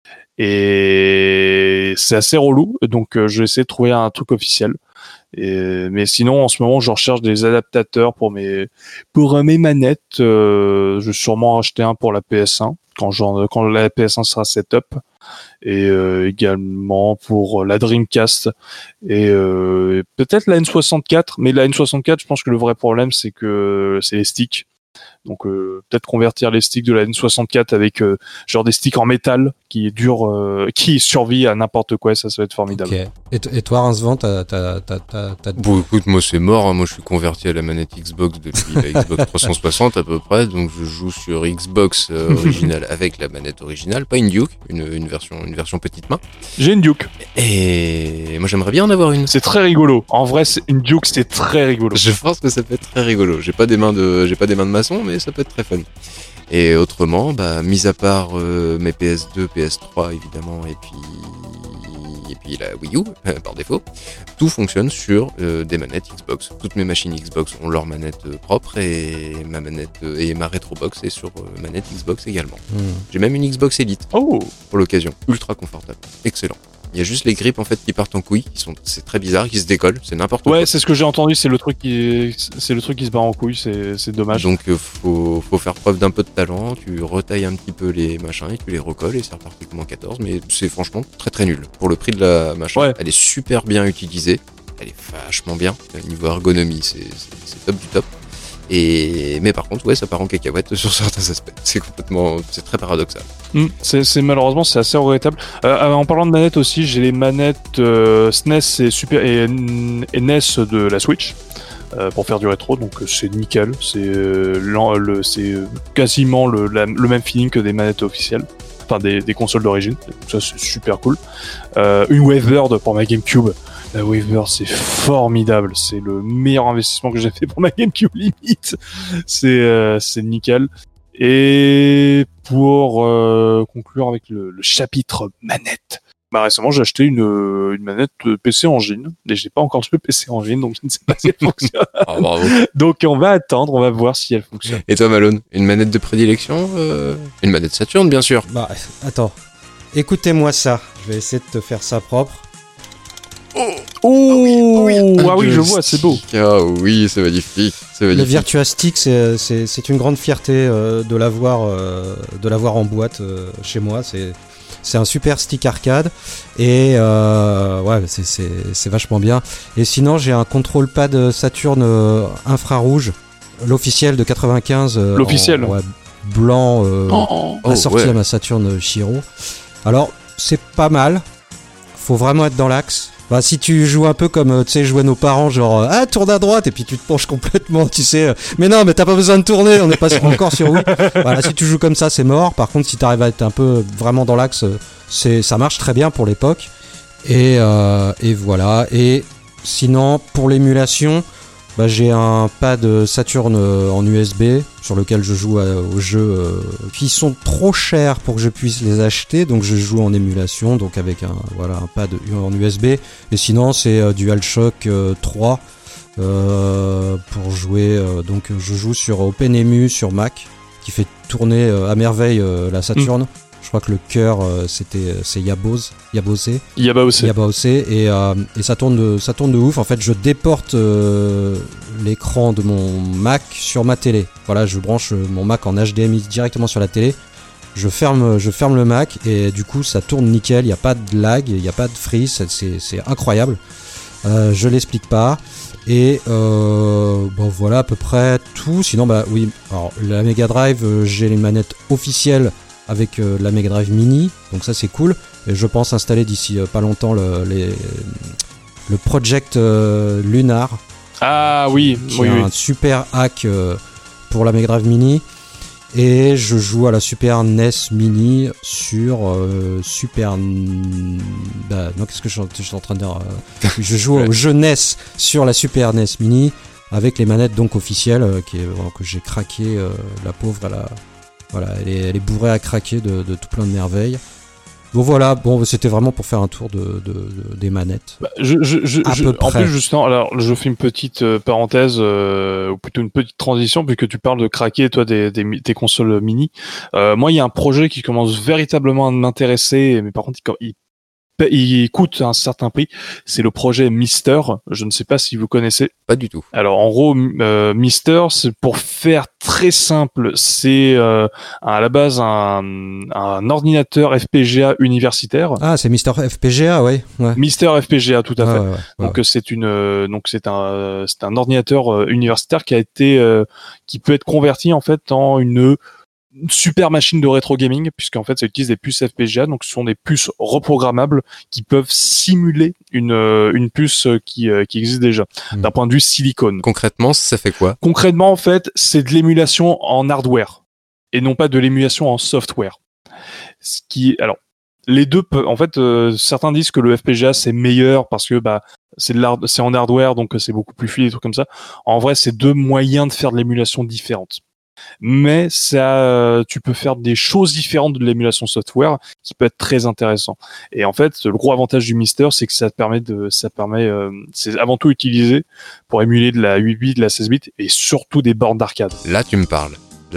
Et c'est assez relou, donc je vais essayer de trouver un truc officiel. Mais sinon, en ce moment, je recherche des adaptateurs pour mes manettes. Je vais sûrement acheter un pour la PS1 quand la PS1 sera setup, et également pour la Dreamcast, et peut-être la N64. Mais la N64, je pense que le vrai problème, c'est les sticks. Donc peut-être convertir les sticks de la N64 avec genre des sticks en métal qui qui survit à n'importe quoi, ça va être formidable. Okay. Et toi, Rincevent, t'as... Bon, écoute, moi c'est mort, hein. Moi je suis converti à la manette Xbox depuis la Xbox 360 à peu près, donc je joue sur Xbox originale avec la manette originale, pas une Duke, une version petite main. J'ai une Duke. Et moi j'aimerais bien en avoir une. C'est très rigolo. En vrai, une Duke, c'est très rigolo. Je pense que ça peut être très rigolo. J'ai pas des mains de maçon, mais ça peut être très fun. Et autrement, mis à part mes PS2, PS3 évidemment, et puis la Wii U par défaut, tout fonctionne sur des manettes Xbox. Toutes mes machines Xbox ont leur manette propre, et ma manette et ma Retrobox est sur manette Xbox également. J'ai même une Xbox Elite pour l'occasion, ultra confortable, excellent. Il y a juste les grips en fait qui partent en couilles, c'est très bizarre, qui se décollent, c'est n'importe quoi. Ouais, c'est ce que j'ai entendu, c'est le truc qui se barre en couilles, c'est dommage. Donc faut faire preuve d'un peu de talent, tu retailles un petit peu les machins et tu les recolles, et c'est reparti comme en 14, mais c'est franchement très très nul. Pour le prix de la machin, elle est super bien utilisée, elle est vachement bien, niveau ergonomie c'est top du top. Mais par contre, ça part en cacahuète sur certains aspects. C'est très paradoxal. Malheureusement, c'est assez regrettable. En parlant de manettes aussi, j'ai les manettes SNES et NES de la Switch pour faire du rétro, donc c'est nickel. C'est quasiment le même feeling que des manettes officielles, enfin des consoles d'origine. Ça, c'est super cool. Une Wavebird pour ma GameCube. La Wavebird, c'est formidable. C'est le meilleur investissement que j'ai fait pour ma GameCube limite. C'est nickel. Et pour conclure avec le chapitre manette, récemment j'ai acheté une manette PC Engine, et j'ai pas encore le PC Engine, donc je ne sais pas si elle fonctionne. Oh, bravo. Donc on va attendre, on va voir si elle fonctionne. Et toi, Malone, une manette de prédilection Une manette Saturn, bien sûr. Attends, écoutez-moi ça. Je vais essayer de te faire ça propre. Oui, je vois, c'est beau. Ah oui, c'est magnifique. Le Virtua Stick, c'est une grande fierté de l'avoir en boîte chez moi. C'est un super stick arcade, et c'est vachement bien. Et sinon, j'ai un contrôle pad Saturn infrarouge, l'officiel de 95. L'officiel. Blanc, assorti à ma Saturn Shiro. Alors, c'est pas mal. Faut vraiment être dans l'axe. Si tu joues un peu comme, tu sais, jouer nos parents, genre, tourne à droite, et puis tu te penches complètement, tu sais, mais non, mais t'as pas besoin de tourner, on n'est pas encore sur Wii. Voilà, si tu joues comme ça, c'est mort. Par contre, si t'arrives à être un peu vraiment dans l'axe, ça marche très bien pour l'époque. Et voilà. Et sinon, pour l'émulation, Bah, j'ai un pad Saturn en USB sur lequel je joue aux jeux qui sont trop chers pour que je puisse les acheter, donc je joue en émulation, donc avec un pad en USB. Et sinon c'est DualShock 3 pour jouer. Donc je joue sur OpenEMU sur Mac qui fait tourner à merveille la Saturn. Je crois que le cœur c'est Yabose et ça tourne de ouf. En fait, je déporte l'écran de mon Mac sur ma télé. Voilà, je branche mon Mac en HDMI directement sur la télé. Je ferme le Mac et du coup ça tourne nickel. Il y a pas de lag, il y a pas de freeze. C'est incroyable. Je l'explique pas. Et bon voilà à peu près tout. Sinon bah oui. Alors la Mega Drive, j'ai les manettes officielles avec la Mega Drive Mini, donc ça c'est cool. Et je pense installer d'ici pas longtemps le Project Lunar. Ah oui, qui est un super hack pour la Mega Drive Mini. Et je joue à la Super NES Mini sur Super... Bah, non, qu'est-ce que je suis en train de dire je joue au jeu NES sur la Super NES Mini avec les manettes donc officielles que j'ai craqué. La pauvre, voilà, elle est bourrée à craquer de tout plein de merveilles. Bon voilà, c'était vraiment pour faire un tour des manettes. Bah, en plus justement, alors je fais une petite parenthèse ou plutôt une petite transition puisque tu parles de craquer toi tes consoles mini. Moi, il y a un projet qui commence véritablement à m'intéresser, mais par contre il coûte un certain prix. C'est le projet Mister. Je ne sais pas si vous connaissez. Pas du tout. Alors en gros, Mister, c'est pour faire très simple. C'est à la base un ordinateur FPGA universitaire. Ah, c'est Mister FPGA, ouais. Mister FPGA, tout à fait. Ouais. Donc c'est un ordinateur universitaire qui a été qui peut être converti en fait en une super machine de rétro gaming, puisqu'en fait ça utilise des puces FPGA, donc ce sont des puces reprogrammables qui peuvent simuler une puce qui existe déjà d'un point de vue silicone. Concrètement, ça fait quoi ? Concrètement, en fait, c'est de l'émulation en hardware et non pas de l'émulation en software. Alors les deux peuvent, en fait, certains disent que le FPGA c'est meilleur parce que c'est en hardware, donc c'est beaucoup plus fluide, des trucs comme ça. En vrai, c'est deux moyens de faire de l'émulation différentes. Mais ça, tu peux faire des choses différentes de l'émulation software qui peut être très intéressant. Et en fait, le gros avantage du Mister, c'est que c'est avant tout utilisé pour émuler de la 8 bits, de la 16 bits et surtout des bornes d'arcade. Là, tu me parles.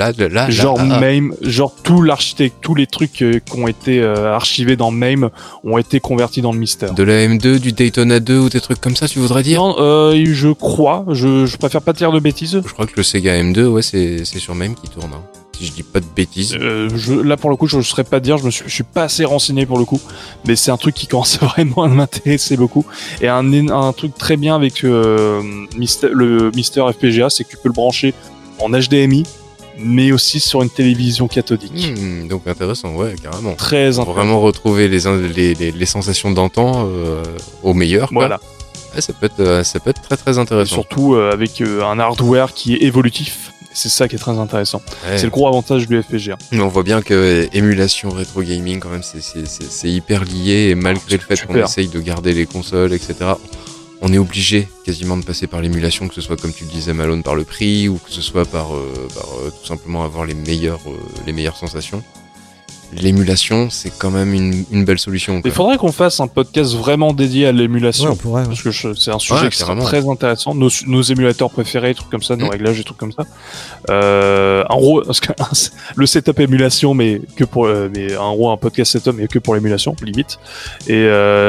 Genre tout l'architecte, tous les trucs qui ont été archivés dans MAME ont été convertis dans le Mister. De la M2, du Daytona 2 ou des trucs comme ça, tu voudrais dire ? Non, je crois, je préfère pas te dire de bêtises. Je crois que le Sega M2, ouais, c'est sur MAME qui tourne. Hein. Si je dis pas de bêtises. Là pour le coup, je ne saurais pas dire, je suis pas assez renseigné pour le coup, mais c'est un truc qui commence vraiment à m'intéresser beaucoup. Et un truc très bien avec le Mister FPGA, c'est que tu peux le brancher en HDMI, mais aussi sur une télévision cathodique. Donc intéressant, ouais, carrément. Très intéressant. Vraiment retrouver les sensations d'antan au meilleur. Quoi. Voilà. Ouais, ça peut être très très intéressant. Et surtout avec un hardware qui est évolutif. C'est ça qui est très intéressant. Ouais. C'est le gros avantage du FPGA. On voit bien que émulation rétro gaming quand même c'est hyper lié et malgré le fait qu'on essaye de garder les consoles, etc. On est obligé quasiment de passer par l'émulation, que ce soit comme tu le disais Malone par le prix ou que ce soit par tout simplement avoir les meilleures sensations. L'émulation, c'est quand même une belle solution. Il faudrait qu'on fasse un podcast vraiment dédié à l'émulation. Ouais, on pourrait. Parce que c'est un sujet qui est très intéressant. Nos émulateurs préférés, trucs comme ça, nos réglages, des trucs comme ça. En gros, parce que le setup émulation, mais en gros un podcast setup, mais que pour l'émulation, limite. Et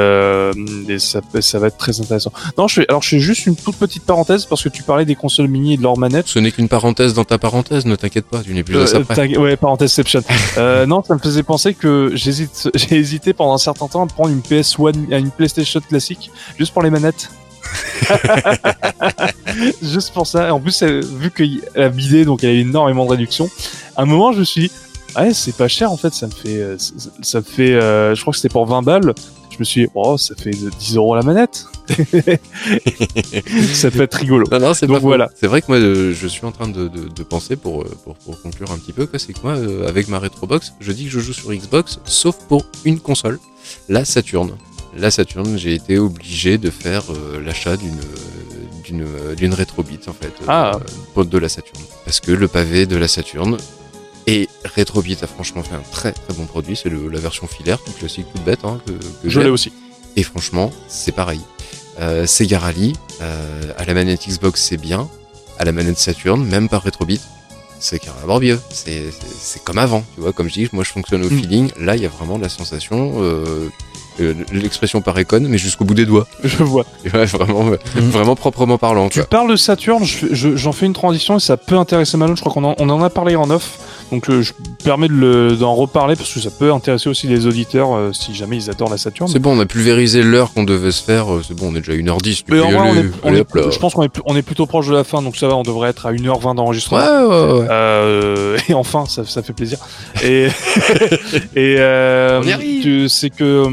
ça va être très intéressant. Non, je fais juste une toute petite parenthèse parce que tu parlais des consoles mini et de leurs manettes. Ce n'est qu'une parenthèse dans ta parenthèse, ne t'inquiète pas, tu n'es plus à ça près. Ouais, parenthèseception. Non, ça me faisait penser que j'ai hésité pendant un certain temps à prendre une PS1, une PlayStation classique, juste pour les manettes. Juste pour ça. Et en plus, vu qu'elle a bidé, donc elle a eu énormément de réduction. À un moment, je me suis dit, ouais, c'est pas cher en fait. Ça me fait, je crois que c'était pour 20 balles. Je me suis dit, oh, ça fait 10 € la manette. Ça peut être rigolo. Non, c'est donc pas voilà. C'est vrai que moi, je suis en train de penser pour conclure un petit peu, c'est que moi, avec ma Retrobox, je dis que je joue sur Xbox, sauf pour une console, la Saturn. La Saturn, j'ai été obligé de faire l'achat d'une Retrobit en fait, Ah. de la Saturn. Parce que le pavé de la Saturn et Retrobit a franchement fait un très très bon produit. C'est la version filaire, tout classique, toute bête, hein, que Je l'ai aussi. Et franchement, c'est pareil. Sega Rally, à la manette Xbox c'est bien, à la manette Saturn, même par Retrobit, c'est carrément mieux. C'est comme avant, tu vois. Comme je dis, moi je fonctionne au feeling. Là, il y a vraiment la sensation, l'expression paraît conne, mais jusqu'au bout des doigts. Je vois. Ouais, vraiment proprement parlant. Tu Quoi. parles de Saturn, j'en fais une transition et ça peut intéresser Malone. Je crois qu'on en a parlé en off. Donc je me permets d'en reparler parce que ça peut intéresser aussi les auditeurs si jamais ils adorent la Saturn. C'est bon, on a pulvérisé l'heure qu'on devait se faire. C'est bon, on est déjà à 1h10. Tu peux y aller. Je pense qu'on est plutôt proche de la fin, donc ça va, on devrait être à 1h20 d'enregistrement. Ouais. Et enfin, ça fait plaisir. Et On y arrive. c'est que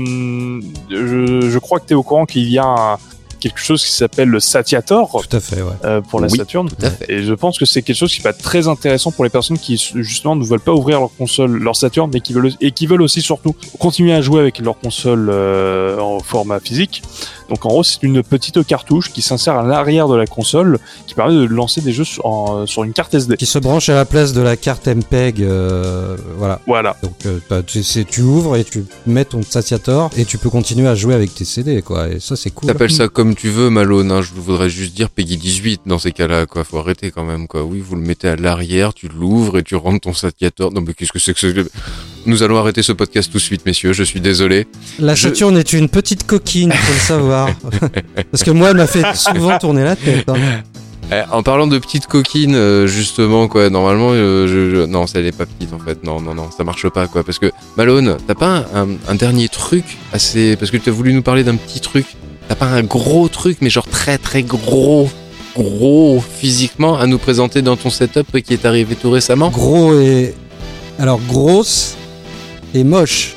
je crois que tu es au courant qu'il y a quelque chose qui s'appelle le Satiator. Tout à fait, ouais. Pour la Saturn. Tout à fait. Et je pense que c'est quelque chose qui va être très intéressant pour les personnes qui justement ne veulent pas ouvrir leur console, leur Saturn, mais qui veulent aussi surtout continuer à jouer avec leur console en format physique. Donc en gros, c'est une petite cartouche qui s'insère à l'arrière de la console, qui permet de lancer des jeux sur une carte SD. Qui se branche à la place de la carte MPEG, voilà. Voilà. Donc tu ouvres et tu mets ton Satiator et tu peux continuer à jouer avec tes CD, quoi. Et ça, c'est cool. T'appelles ça comme tu veux, Malone, hein. Je voudrais juste dire Peggy 18 dans ces cas-là, quoi. Faut arrêter quand même, quoi. Oui, vous le mettez à l'arrière, tu l'ouvres et tu rentres ton Satiator. Non, mais qu'est-ce que c'est que ce... Nous allons arrêter ce podcast tout de suite, messieurs. Je suis désolé. La Saturn est une petite coquine, faut le savoir. Parce que moi, elle m'a fait souvent tourner la tête. Hein. En parlant de petite coquine, justement, quoi, normalement, non, ça n'est pas petite, en fait. Non, ça marche pas, quoi. Parce que, Malone, t'as pas un dernier truc assez... Parce que tu as voulu nous parler d'un petit truc. T'as pas un gros truc, mais genre très, très gros physiquement à nous présenter dans ton setup qui est arrivé tout récemment? Gros et... Alors, grosse et moche.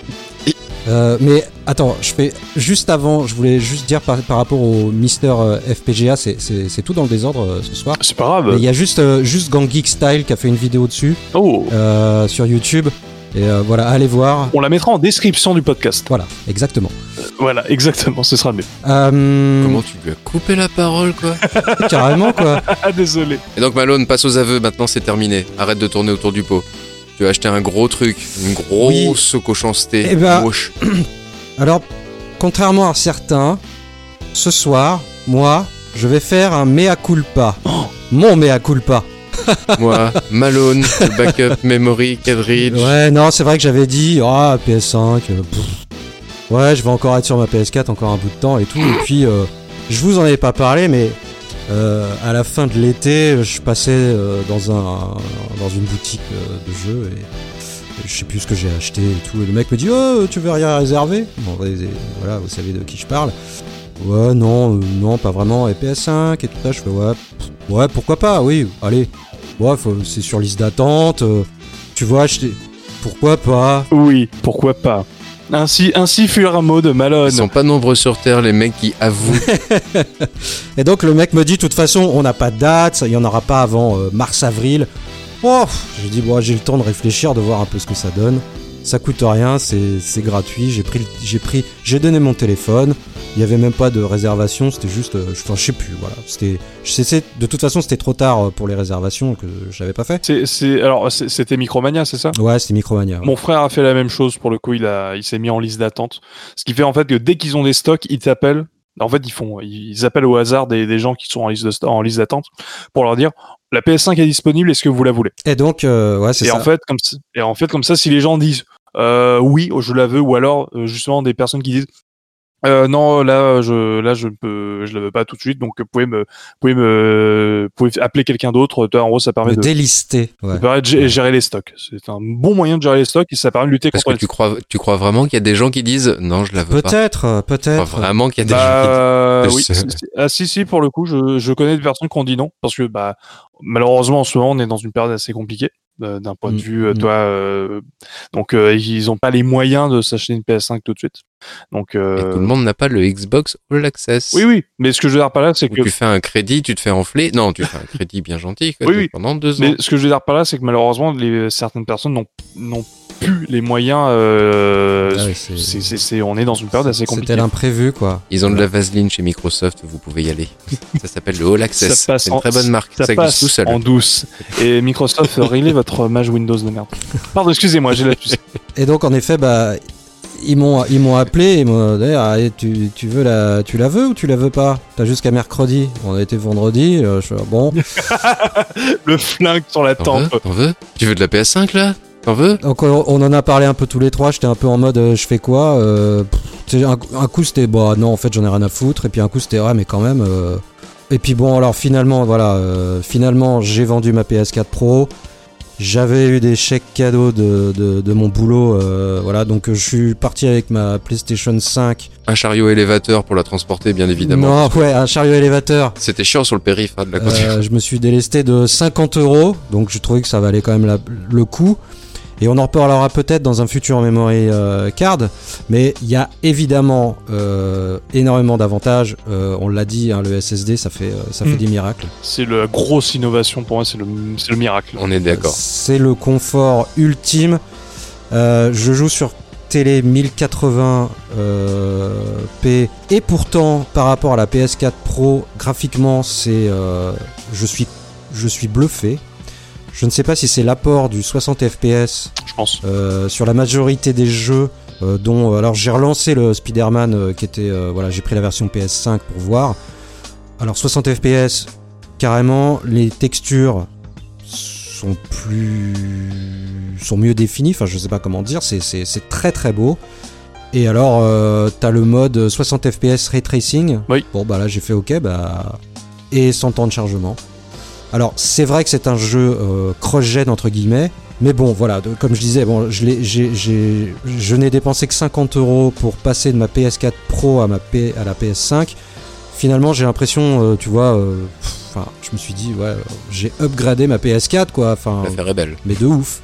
Mais attends, juste avant, je voulais juste dire par rapport au Mister FPGA, c'est tout dans le désordre ce soir. C'est pas grave. Mais il y a juste Gang Geek Style qui a fait une vidéo dessus sur YouTube. Et voilà, allez voir. On la mettra en description du podcast. Voilà, exactement. Voilà, exactement, ce sera le mieux. Comment tu lui as coupé la parole, quoi? Carrément, quoi. Ah, désolé. Et donc, Malone, passe aux aveux, maintenant c'est terminé. Arrête de tourner autour du pot. Tu as acheté un gros truc, une grosse cochanceté. Eh ben, moche. Alors, contrairement à certains, ce soir, moi, je vais faire un mea culpa. Mon mea culpa. Moi, Malone, backup, memory, cartridge. Ouais, non, c'est vrai que j'avais dit, PS5, ouais, je vais encore être sur ma PS4 encore un bout de temps et tout. Et puis, je vous en avais pas parlé, mais à la fin de l'été, je passais dans une boutique de jeux et je sais plus ce que j'ai acheté et tout. Et le mec me dit, oh, tu veux rien réserver? Bon, voilà, vous savez de qui je parle. Ouais, non, pas vraiment. Et PS5 et tout ça, je fais ouais, pourquoi pas, oui, allez. Ouais, c'est sur liste d'attente. Tu vois, pourquoi pas? Oui, pourquoi pas. Ainsi fut un mot de Malone. Ils sont pas nombreux sur Terre, les mecs qui avouent. Et donc, le mec me dit, de toute façon, on n'a pas de date, il y en aura pas avant mars-avril. Oh, j'ai dit, j'ai le temps de réfléchir, de voir un peu ce que ça donne. Ça coûte rien, c'est gratuit. J'ai donné mon téléphone. Il y avait même pas de réservation, c'était juste, je sais plus, voilà. De toute façon, c'était trop tard pour les réservations que j'avais pas fait. C'était Micromania, c'est ça? Ouais, c'était Micromania. Ouais. Mon frère a fait la même chose pour le coup. Il s'est mis en liste d'attente. Ce qui fait en fait que dès qu'ils ont des stocks, ils t'appellent. En fait, ils appellent au hasard des gens qui sont en liste d'attente pour leur dire la PS5 est disponible, est-ce que vous la voulez? Et donc, ouais, c'est ça. Et en fait, comme ça, si les gens disent oui, je la veux, ou alors justement des personnes qui disent non, là, je la veux pas tout de suite, donc vous pouvez appeler quelqu'un d'autre. En gros, ça permet de délister. Ouais. Ça permet de gérer les stocks. C'est un bon moyen de gérer les stocks et ça permet de lutter contre. Parce que tu crois vraiment qu'il y a des gens qui disent non, je la veux pas. Peut-être. Tu crois vraiment qu'il y a des gens qui disent. Oui. Si, pour le coup, je connais des personnes qui ont dit non parce que malheureusement en ce moment on est dans une période assez compliquée. D'un point de vue, donc ils ont pas les moyens de s'acheter une PS5 tout de suite. Donc, Et tout le monde n'a pas le Xbox All Access. oui, mais ce que je veux dire par là, c'est Où que tu fais un crédit, tu te fais enfler. Non, tu fais un crédit bien gentil, quoi, Oui. pendant 2 ans. Mais ce que je veux dire par là, c'est que malheureusement, certaines personnes n'ont plus les moyens. On est dans une période assez compliquée. C'était l'imprévu, quoi. Ils ont de la vaseline chez Microsoft, vous pouvez y aller. Ça s'appelle le All Access. Ça passe C'est une très bonne marque. Ça glisse passe tout seul. en douce. Et Microsoft, réglez votre mage Windows de merde. Pardon, excusez-moi, j'ai la puce. Et donc, en effet, ils m'ont appelé et m'ont dit tu la veux ou tu la veux pas? T'as jusqu'à mercredi. On a été vendredi. Je suis bon. Le flingue sur la tempe. T'en veux? Tu veux de la PS5 là? T'en veux? Donc on en a parlé un peu tous les trois. J'étais un peu en mode je fais quoi? Un coup c'était non, en fait j'en ai rien à foutre. Et puis un coup c'était mais quand même. Et puis bon, alors finalement finalement j'ai vendu ma PS4 Pro. J'avais eu des chèques cadeaux de mon boulot, voilà, donc je suis parti avec ma PlayStation 5. Un chariot élévateur pour la transporter, bien évidemment. Non, ouais, un chariot élévateur. C'était chiant sur le périph' de la côte. Je me suis délesté de 50€, donc je trouvais que ça valait quand même le coup. Et on en reparlera peut-être dans un futur memory card, mais il y a évidemment énormément d'avantages. On l'a dit, hein, le SSD, ça fait des miracles. C'est la grosse innovation pour moi, c'est le miracle. On est d'accord. C'est le confort ultime. Je joue sur télé 1080p et pourtant par rapport à la PS4 Pro, graphiquement, je suis bluffé. Je ne sais pas si c'est l'apport du 60 fps, je pense, sur la majorité des jeux, dont alors j'ai relancé le Spider-Man qui était j'ai pris la version PS5 pour voir. Alors 60 fps carrément, les textures sont mieux définies, enfin je sais pas comment dire, c'est très très beau. Et alors t'as le mode 60 fps ray tracing. Oui. Bon là j'ai fait OK et sans temps de chargement. Alors c'est vrai que c'est un jeu cross-gen entre guillemets, mais bon voilà, comme je disais, je n'ai dépensé que 50€ pour passer de ma PS4 Pro à la PS5. Finalement j'ai l'impression, tu vois, je me suis dit j'ai upgradé ma PS4 quoi, L'affaire est belle. Mais de ouf.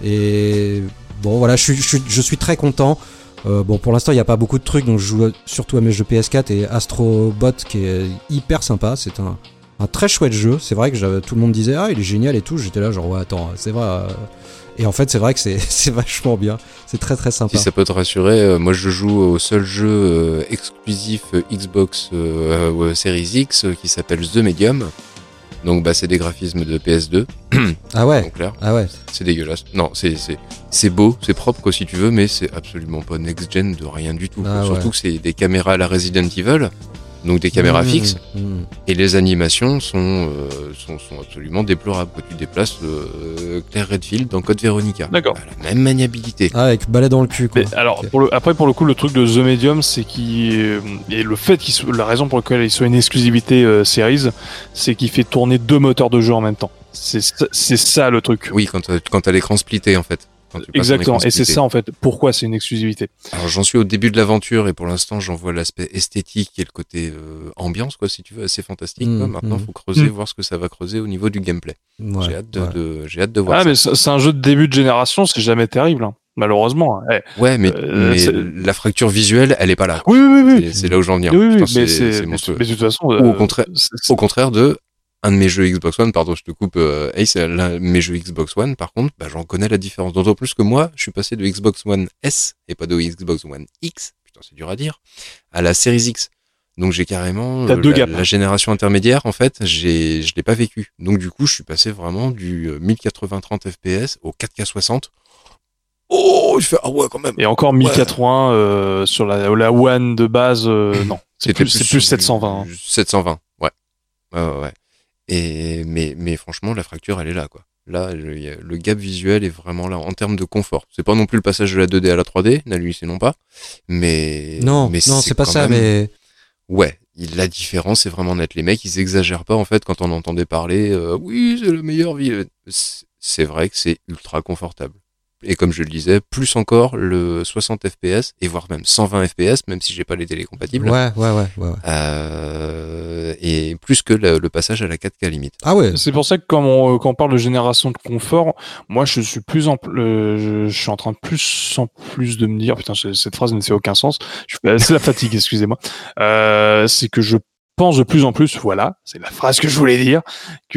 Et bon voilà, je suis très content. Pour l'instant il n'y a pas beaucoup de trucs, donc je joue surtout à mes jeux PS4 et Astro Bot qui est hyper sympa, c'est un très chouette jeu. C'est vrai que tout le monde disait il est génial et tout, j'étais là genre attends, c'est vrai. Et en fait c'est vrai que c'est vachement bien, c'est très très sympa. Si ça peut te rassurer, moi je joue au seul jeu exclusif Xbox Series X qui s'appelle The Medium. Donc c'est des graphismes de PS2. Ah ouais. Clair. Ah ouais. C'est dégueulasse. Non, c'est beau, c'est propre quoi si tu veux, mais c'est absolument pas next gen de rien du tout. Surtout que c'est des caméras à la Resident Evil. Donc des caméras fixes, et les animations sont absolument déplorables. Tu déplaces Claire Redfield dans Code Veronica. D'accord. La même maniabilité. Ah, avec balai dans le cul quoi. Mais alors, pour le coup, le truc de The Medium, c'est et le fait la raison pour laquelle il soit une exclusivité Series, c'est qu'il fait tourner 2 moteurs de jeu en même temps. C'est ça le truc. Oui, quand t'as l'écran splitté en fait. Exactement, et c'est ça en fait, pourquoi c'est une exclusivité. Alors j'en suis au début de l'aventure et pour l'instant j'en vois l'aspect esthétique et le côté ambiance quoi si tu veux, assez fantastique quoi. Maintenant faut creuser, voir ce que ça va creuser au niveau du gameplay. Ouais, j'ai hâte de voir ça. Mais c'est un jeu de début de génération, c'est jamais terrible hein, malheureusement. Ouais mais la fracture visuelle elle est pas là. Oui. C'est là où j'en viens. Oui, Putain, c'est monstrueux. Mais de toute façon, ou au contraire de un de mes jeux Xbox One, pardon, je te coupe, c'est l'un de mes jeux Xbox One, par contre, j'en connais la différence. D'autant plus que moi, je suis passé de Xbox One S, et pas de Xbox One X, putain, c'est dur à dire, à la Series X. Donc j'ai carrément la génération intermédiaire, en fait, je l'ai pas vécu. Donc du coup, je suis passé vraiment du 1080-30 FPS au 4K 60. Oh, je fais ouais quand même. Et encore 1080 sur la One de base, non. C'est plus 720. 720, ouais. Mais franchement, la fracture, elle est là, quoi. Là, le gap visuel est vraiment là en termes de confort. C'est pas non plus le passage de la 2D à la 3D, non pas. Mais non, c'est pas ça. Mais ouais, la différence est vraiment nette. Les mecs, ils exagèrent pas en fait quand on entendait parler. Oui, c'est le meilleur. C'est vrai que c'est ultra confortable. et comme je le disais, plus encore le 60 fps et voire même 120 fps, même si j'ai pas les télés compatibles. Ouais. Et plus que le passage à la 4K limite. Ah ouais. C'est pour ça que quand on parle de génération de confort, moi je suis je suis en train de plus en plus de me dire, putain, cette phrase ne fait aucun sens. C'est la fatigue, excusez-moi. C'est que je pense de plus en plus, voilà, c'est la phrase que je voulais dire, que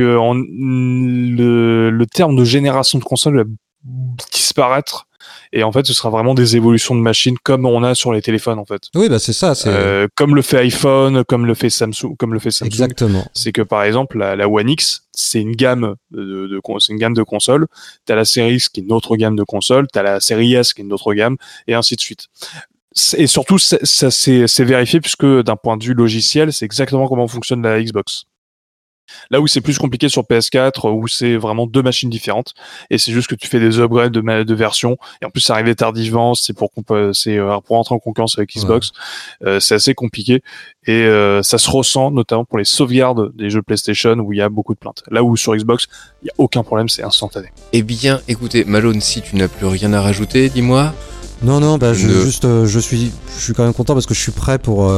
le terme de génération de console va disparaître. Et en fait, ce sera vraiment des évolutions de machines comme on a sur les téléphones en fait. Oui, bah c'est ça. Comme le fait iPhone, comme le fait Samsung. Exactement. C'est que par exemple la One X, c'est une gamme c'est une gamme de consoles. T'as la série X qui est une autre gamme de consoles. T'as la série S qui est une autre gamme, et ainsi de suite. Et surtout, ça c'est vérifié puisque d'un point de vue logiciel, c'est exactement comment fonctionne la Xbox. Là où c'est plus compliqué sur PS4, où c'est vraiment deux machines différentes, et c'est juste que tu fais des upgrades de version, et en plus c'est arrivé tardivement, c'est pour rentrer en concurrence avec Xbox. Ouais. C'est assez compliqué, et ça se ressent notamment pour les sauvegardes des jeux PlayStation où il y a beaucoup de plaintes. Là où sur Xbox, il n'y a aucun problème, c'est instantané. Eh bien, écoutez, Malone, si tu n'as plus rien à rajouter, dis-moi. Non, bah je suis quand même content parce que je suis prêt pour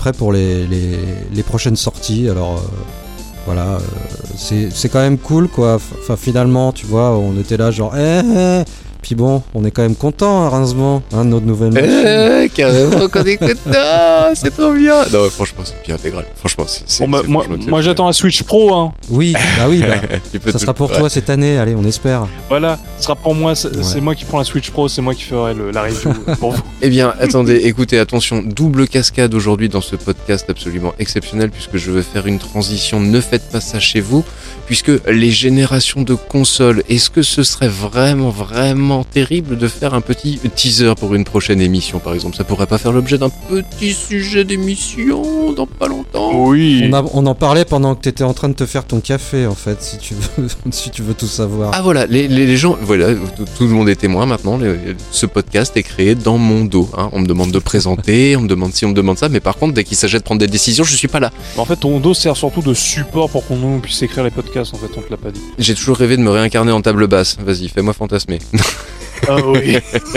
les prochaines sorties. Alors voilà, c'est quand même cool quoi. Enfin finalement, tu vois, on était là genre puis bon, on est quand même content, Rincement, de notre nouvelle machine. Carrément qu'on est content, c'est trop bien. Non, franchement, c'est bien intégral. Franchement, c'est moi j'attends la Switch Pro, hein. Oui, ça sera pour toi cette année, allez, on espère. Voilà, ce sera pour moi, c'est moi qui prends la Switch Pro, c'est moi qui ferai la review pour vous. Eh bien, attendez, écoutez, attention, double cascade aujourd'hui dans ce podcast absolument exceptionnel, puisque je vais faire une transition, ne faites pas ça chez vous, puisque les générations de consoles, est-ce que ce serait vraiment terrible de faire un petit teaser pour une prochaine émission, par exemple? Ça pourrait pas faire l'objet d'un petit sujet d'émission dans pas longtemps? Oui. On en parlait pendant que t'étais en train de te faire ton café, en fait, si tu veux tout savoir. Ah voilà, les gens, voilà, tout le monde est témoin maintenant. Ce podcast est créé dans mon dos. Hein. On me demande de présenter, on me demande ci, on me demande ça, mais par contre, dès qu'il s'agit de prendre des décisions, je suis pas là. En fait, ton dos sert surtout de support pour qu'on puisse écrire les podcasts. En fait, on te l'a pas dit. J'ai toujours rêvé de me réincarner en table basse. Vas-y, fais-moi fantasmer. Oh oui.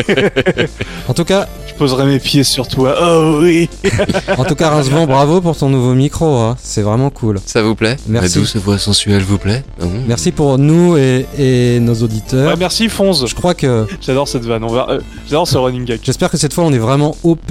En tout cas, je poserai mes pieds sur toi. Oh oui. En tout cas, Rincement, bravo pour ton nouveau micro. Hein. C'est vraiment cool. Ça vous plaît? Merci. Ma douce voix sensuelle vous plaît? Merci pour nous et nos auditeurs. Ouais, merci Fonz. Je crois que j'adore cette vanne. J'adore ce running gag. J'espère que cette fois on est vraiment OP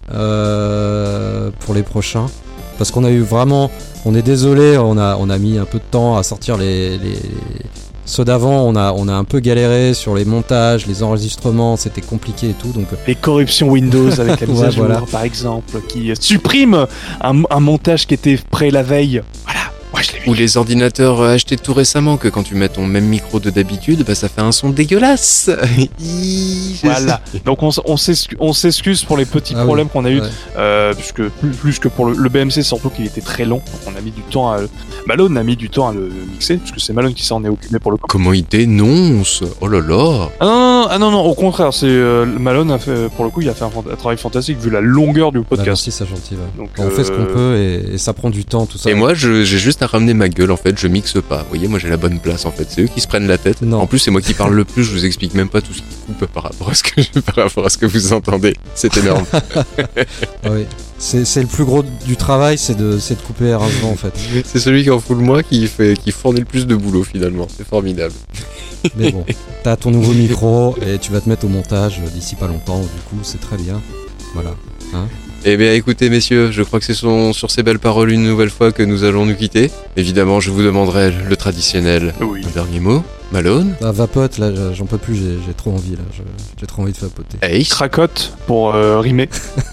pour les prochains, parce qu'on a eu vraiment. On est désolé, on a mis un peu de temps à sortir les ceux d'avant, on a un peu galéré sur les montages, les enregistrements, c'était compliqué et tout. Donc les corruptions Windows avec la mise à jour, par exemple, qui supprime un montage qui était prêt la veille. Voilà. Ouais, je l'ai vu. Ou les ordinateurs achetés tout récemment, que quand tu mets ton même micro de d'habitude, bah ça fait un son dégueulasse. Voilà. Donc on s'excuse pour les petits problèmes qu'on a eu, puisque plus que pour le BMC, surtout qu'il était très long. Donc on a mis du temps Malone a mis du temps à le mixer, puisque c'est Malone qui s'en est occupé pour le coup. Comment il dénonce? Oh là là. Ah non, au contraire, c'est Malone a fait, pour le coup, il a fait un travail fantastique vu la longueur du podcast. Merci, c'est gentil. Ouais. Donc, on fait ce qu'on peut et ça prend du temps, tout ça. Et moi, j'ai juste à ramener ma gueule, en fait, je mixe pas. Vous voyez, moi j'ai la bonne place, en fait. C'est eux qui se prennent la tête. Non. En plus, c'est moi qui parle le plus, je vous explique même pas tout ce qui coupe par rapport à ce que vous entendez. C'est énorme. Oui. C'est le plus gros du travail, c'est de couper Rincement en fait. C'est celui qui en fout le moins qui fournit le plus de boulot finalement. C'est formidable. Mais bon, t'as ton nouveau micro et tu vas te mettre au montage d'ici pas longtemps. Du coup, c'est très bien. Voilà. Hein? Eh bien écoutez messieurs, je crois que c'est sur ces belles paroles une nouvelle fois que nous allons nous quitter. Évidemment, je vous demanderai le traditionnel. Oui. Un dernier mot. Malone. Vapote, là, j'en peux plus, j'ai trop envie, là. J'ai trop envie de vapoter. Hey. Cracotte, pour rimer.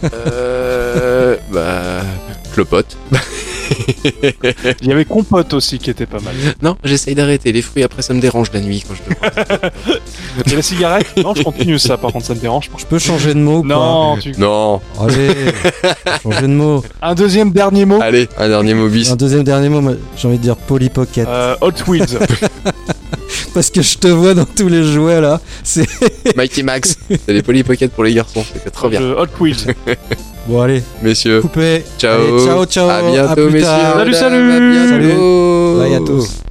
Clopote. Il y avait compote aussi qui était pas mal. Non, j'essaye d'arrêter. Les fruits, après, ça me dérange la nuit quand je le prends. Et la cigarette? Non, je continue ça, par contre, ça me dérange pas. Je peux changer de mot? Non, Non. Allez, changer de mot. Un deuxième dernier mot? Allez, un dernier mot bis. Un deuxième dernier mot, j'ai envie de dire Polly Pocket. Hot Wheels. Parce que je te vois dans tous les jouets là. C'est Mighty Max. C'est des Polly Pocket pour les garçons. C'était trop bien. Hot Wheels. Bon, allez. Messieurs. Coupé. Ciao. Allez, ciao. À bientôt, plus messieurs. tard. Salut. À bientôt. Bye à tous.